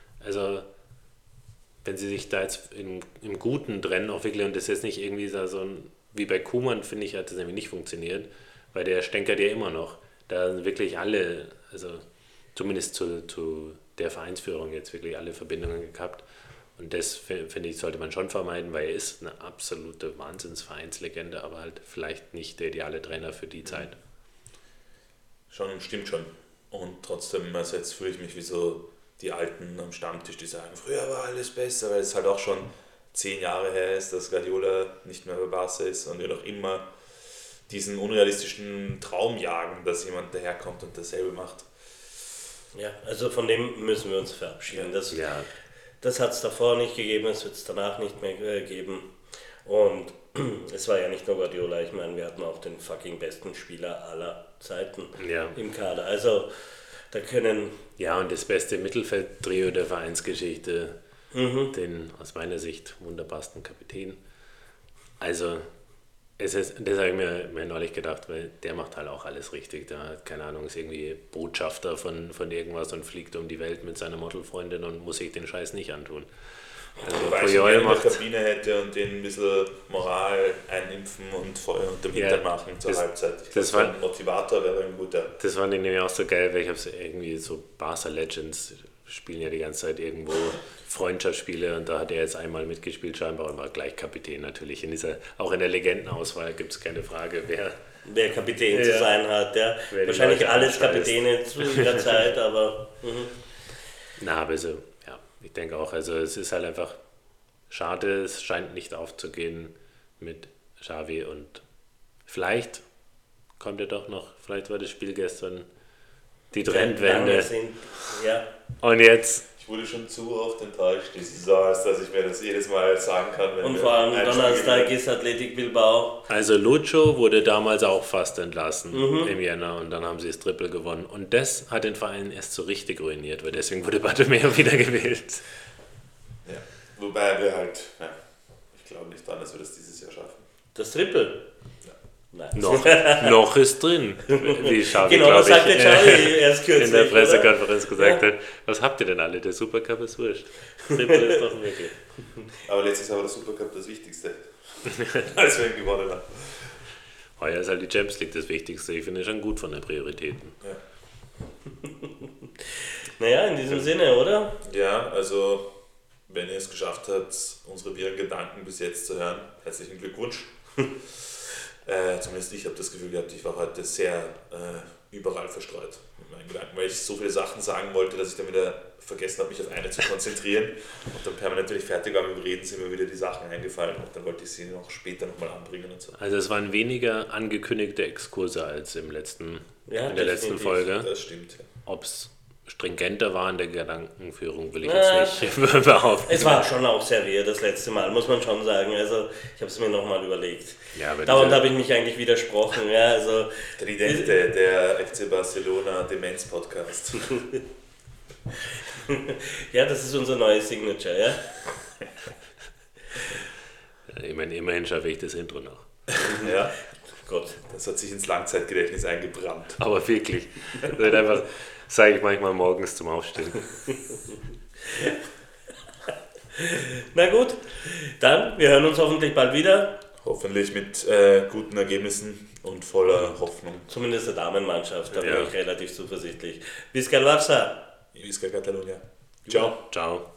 [SPEAKER 4] sich da jetzt im Guten trennen, auch wirklich, und das ist jetzt nicht irgendwie wie bei Koeman, finde ich, hat das nämlich nicht funktioniert, weil der stänkert ja immer noch. Da sind wirklich alle, also zumindest zu der Vereinsführung jetzt wirklich alle Verbindungen gehabt. Und das, finde ich, sollte man schon vermeiden, weil er ist eine absolute Wahnsinnsvereinslegende, aber halt vielleicht nicht der ideale Trainer für die Zeit.
[SPEAKER 2] Stimmt schon. Und trotzdem, also jetzt fühle ich mich wie so die Alten am Stammtisch, die sagen, früher war alles besser, weil es halt auch schon 10 Jahre her ist, dass Guardiola nicht mehr bei Barca ist und wir noch immer diesen unrealistischen Traum jagen, dass jemand daherkommt und dasselbe macht.
[SPEAKER 3] Ja, also von dem müssen wir uns verabschieden.
[SPEAKER 4] Ja.
[SPEAKER 3] Das hat es davor nicht gegeben, es wird es danach nicht mehr geben. Und es war ja nicht nur Guardiola, ich meine, wir hatten auch den fucking besten Spieler aller Zeiten im Kader. Also da können...
[SPEAKER 4] Ja, und das beste Mittelfeldtrio der Vereinsgeschichte, den aus meiner Sicht wunderbarsten Kapitän. Also, das habe ich mir neulich gedacht, weil der macht halt auch alles richtig. Der hat, keine Ahnung, ist irgendwie Botschafter von irgendwas und fliegt um die Welt mit seiner Modelfreundin und muss sich den Scheiß nicht antun. Also
[SPEAKER 2] Weil ich ihn in der Kabine hätte und den ein bisschen Moral einimpfen und Feuer unter dem Hintern machen zur Halbzeit. Das war ein Motivator, wäre ein guter.
[SPEAKER 4] Das fand ich nämlich auch so geil, weil ich habe irgendwie so Barca Legends spielen ja die ganze Zeit irgendwo Freundschaftsspiele und da hat er jetzt einmal mitgespielt scheinbar und war gleich Kapitän natürlich. Auch in der Legendenauswahl gibt es keine Frage,
[SPEAKER 3] wer Kapitän zu sein hat. Ja. Wahrscheinlich alles Kapitäne zu ihrer Zeit, aber...
[SPEAKER 4] Na, aber so, ja, ich denke auch, also es ist halt einfach schade, es scheint nicht aufzugehen mit Xavi und vielleicht kommt er doch noch, vielleicht war das Spiel gestern Die
[SPEAKER 3] lange
[SPEAKER 4] Trendwende.
[SPEAKER 3] sind. Ja.
[SPEAKER 4] Und jetzt,
[SPEAKER 2] Ich wurde schon zu oft enttäuscht die Saison, als dass ich mir das jedes Mal sagen kann. Wenn
[SPEAKER 3] Und
[SPEAKER 2] wir
[SPEAKER 3] vor allem
[SPEAKER 2] ein Spiel
[SPEAKER 3] Donnerstag
[SPEAKER 2] gewinnen.
[SPEAKER 3] ist Athletic Bilbao.
[SPEAKER 4] also Lucho wurde damals auch fast entlassen im Jänner und dann haben sie das Triple gewonnen. Und das hat den Verein erst so richtig ruiniert, weil deswegen wurde Bartomeu wieder gewählt.
[SPEAKER 2] Ja. Wobei wir halt, ja, ich glaube nicht dran, dass wir das dieses Jahr schaffen.
[SPEAKER 3] Das Triple? Nein.
[SPEAKER 4] Noch ist drin. Wie Xavi,
[SPEAKER 3] Genau, das
[SPEAKER 4] glaub
[SPEAKER 3] sagt der
[SPEAKER 4] ich,
[SPEAKER 3] Xavi erst kürzlich.
[SPEAKER 4] in der
[SPEAKER 3] oder?
[SPEAKER 4] Pressekonferenz gesagt hat. Was habt ihr denn alle? Der Supercup ist wurscht. Triple ist doch wirklich.
[SPEAKER 2] Aber letztes Jahr war der Supercup das Wichtigste, als wir ihn gewonnen haben.
[SPEAKER 4] Heuer ist halt die Champions League das Wichtigste. Ich finde schon gut von den Prioritäten.
[SPEAKER 3] Naja, in diesem Sinne, oder?
[SPEAKER 2] Ja, also wenn ihr es geschafft habt, unsere wirren Gedanken bis jetzt zu hören, herzlichen Glückwunsch. Zumindest ich habe das Gefühl gehabt, ich war heute sehr überall verstreut mit meinen Gedanken, weil ich so viele Sachen sagen wollte, dass ich dann wieder vergessen habe, mich auf eine zu konzentrieren und dann permanent, wenn ich fertig war mit dem Reden, sind mir wieder die Sachen eingefallen und dann wollte ich sie noch später nochmal anbringen und so.
[SPEAKER 4] Also es waren weniger angekündigte Exkurse als in der letzten
[SPEAKER 3] definitiv.
[SPEAKER 4] Folge.
[SPEAKER 2] Das stimmt. Ja.
[SPEAKER 4] Ob es stringenter war in der Gedankenführung, will ich
[SPEAKER 3] Ja.
[SPEAKER 4] jetzt nicht behaupten.
[SPEAKER 3] Es war schon auch sehr weird das letzte Mal, muss man schon sagen. Also ich habe es mir nochmal überlegt.
[SPEAKER 4] Ja, aber
[SPEAKER 3] Dauernd
[SPEAKER 4] diese-
[SPEAKER 3] habe ich mich eigentlich widersprochen. Ja, also
[SPEAKER 2] Tridente, der FC Barcelona Demenz-Podcast.
[SPEAKER 3] ja, das ist unser neues Signature, ja.
[SPEAKER 4] Ich meine, immerhin schaffe ich das Intro noch.
[SPEAKER 2] Ja,
[SPEAKER 3] Gott.
[SPEAKER 2] das hat sich ins Langzeitgedächtnis eingebrannt.
[SPEAKER 4] Aber wirklich. Das wird einfach, sage ich manchmal morgens zum Aufstehen.
[SPEAKER 3] Na gut, dann, wir hören uns hoffentlich bald wieder.
[SPEAKER 2] Hoffentlich mit guten Ergebnissen und voller Hoffnung.
[SPEAKER 3] Zumindest der Damenmannschaft, da bin
[SPEAKER 4] Ja.
[SPEAKER 3] ich relativ zuversichtlich. Bis Barça.
[SPEAKER 2] Visca Catalunya. Ciao.
[SPEAKER 4] Ciao.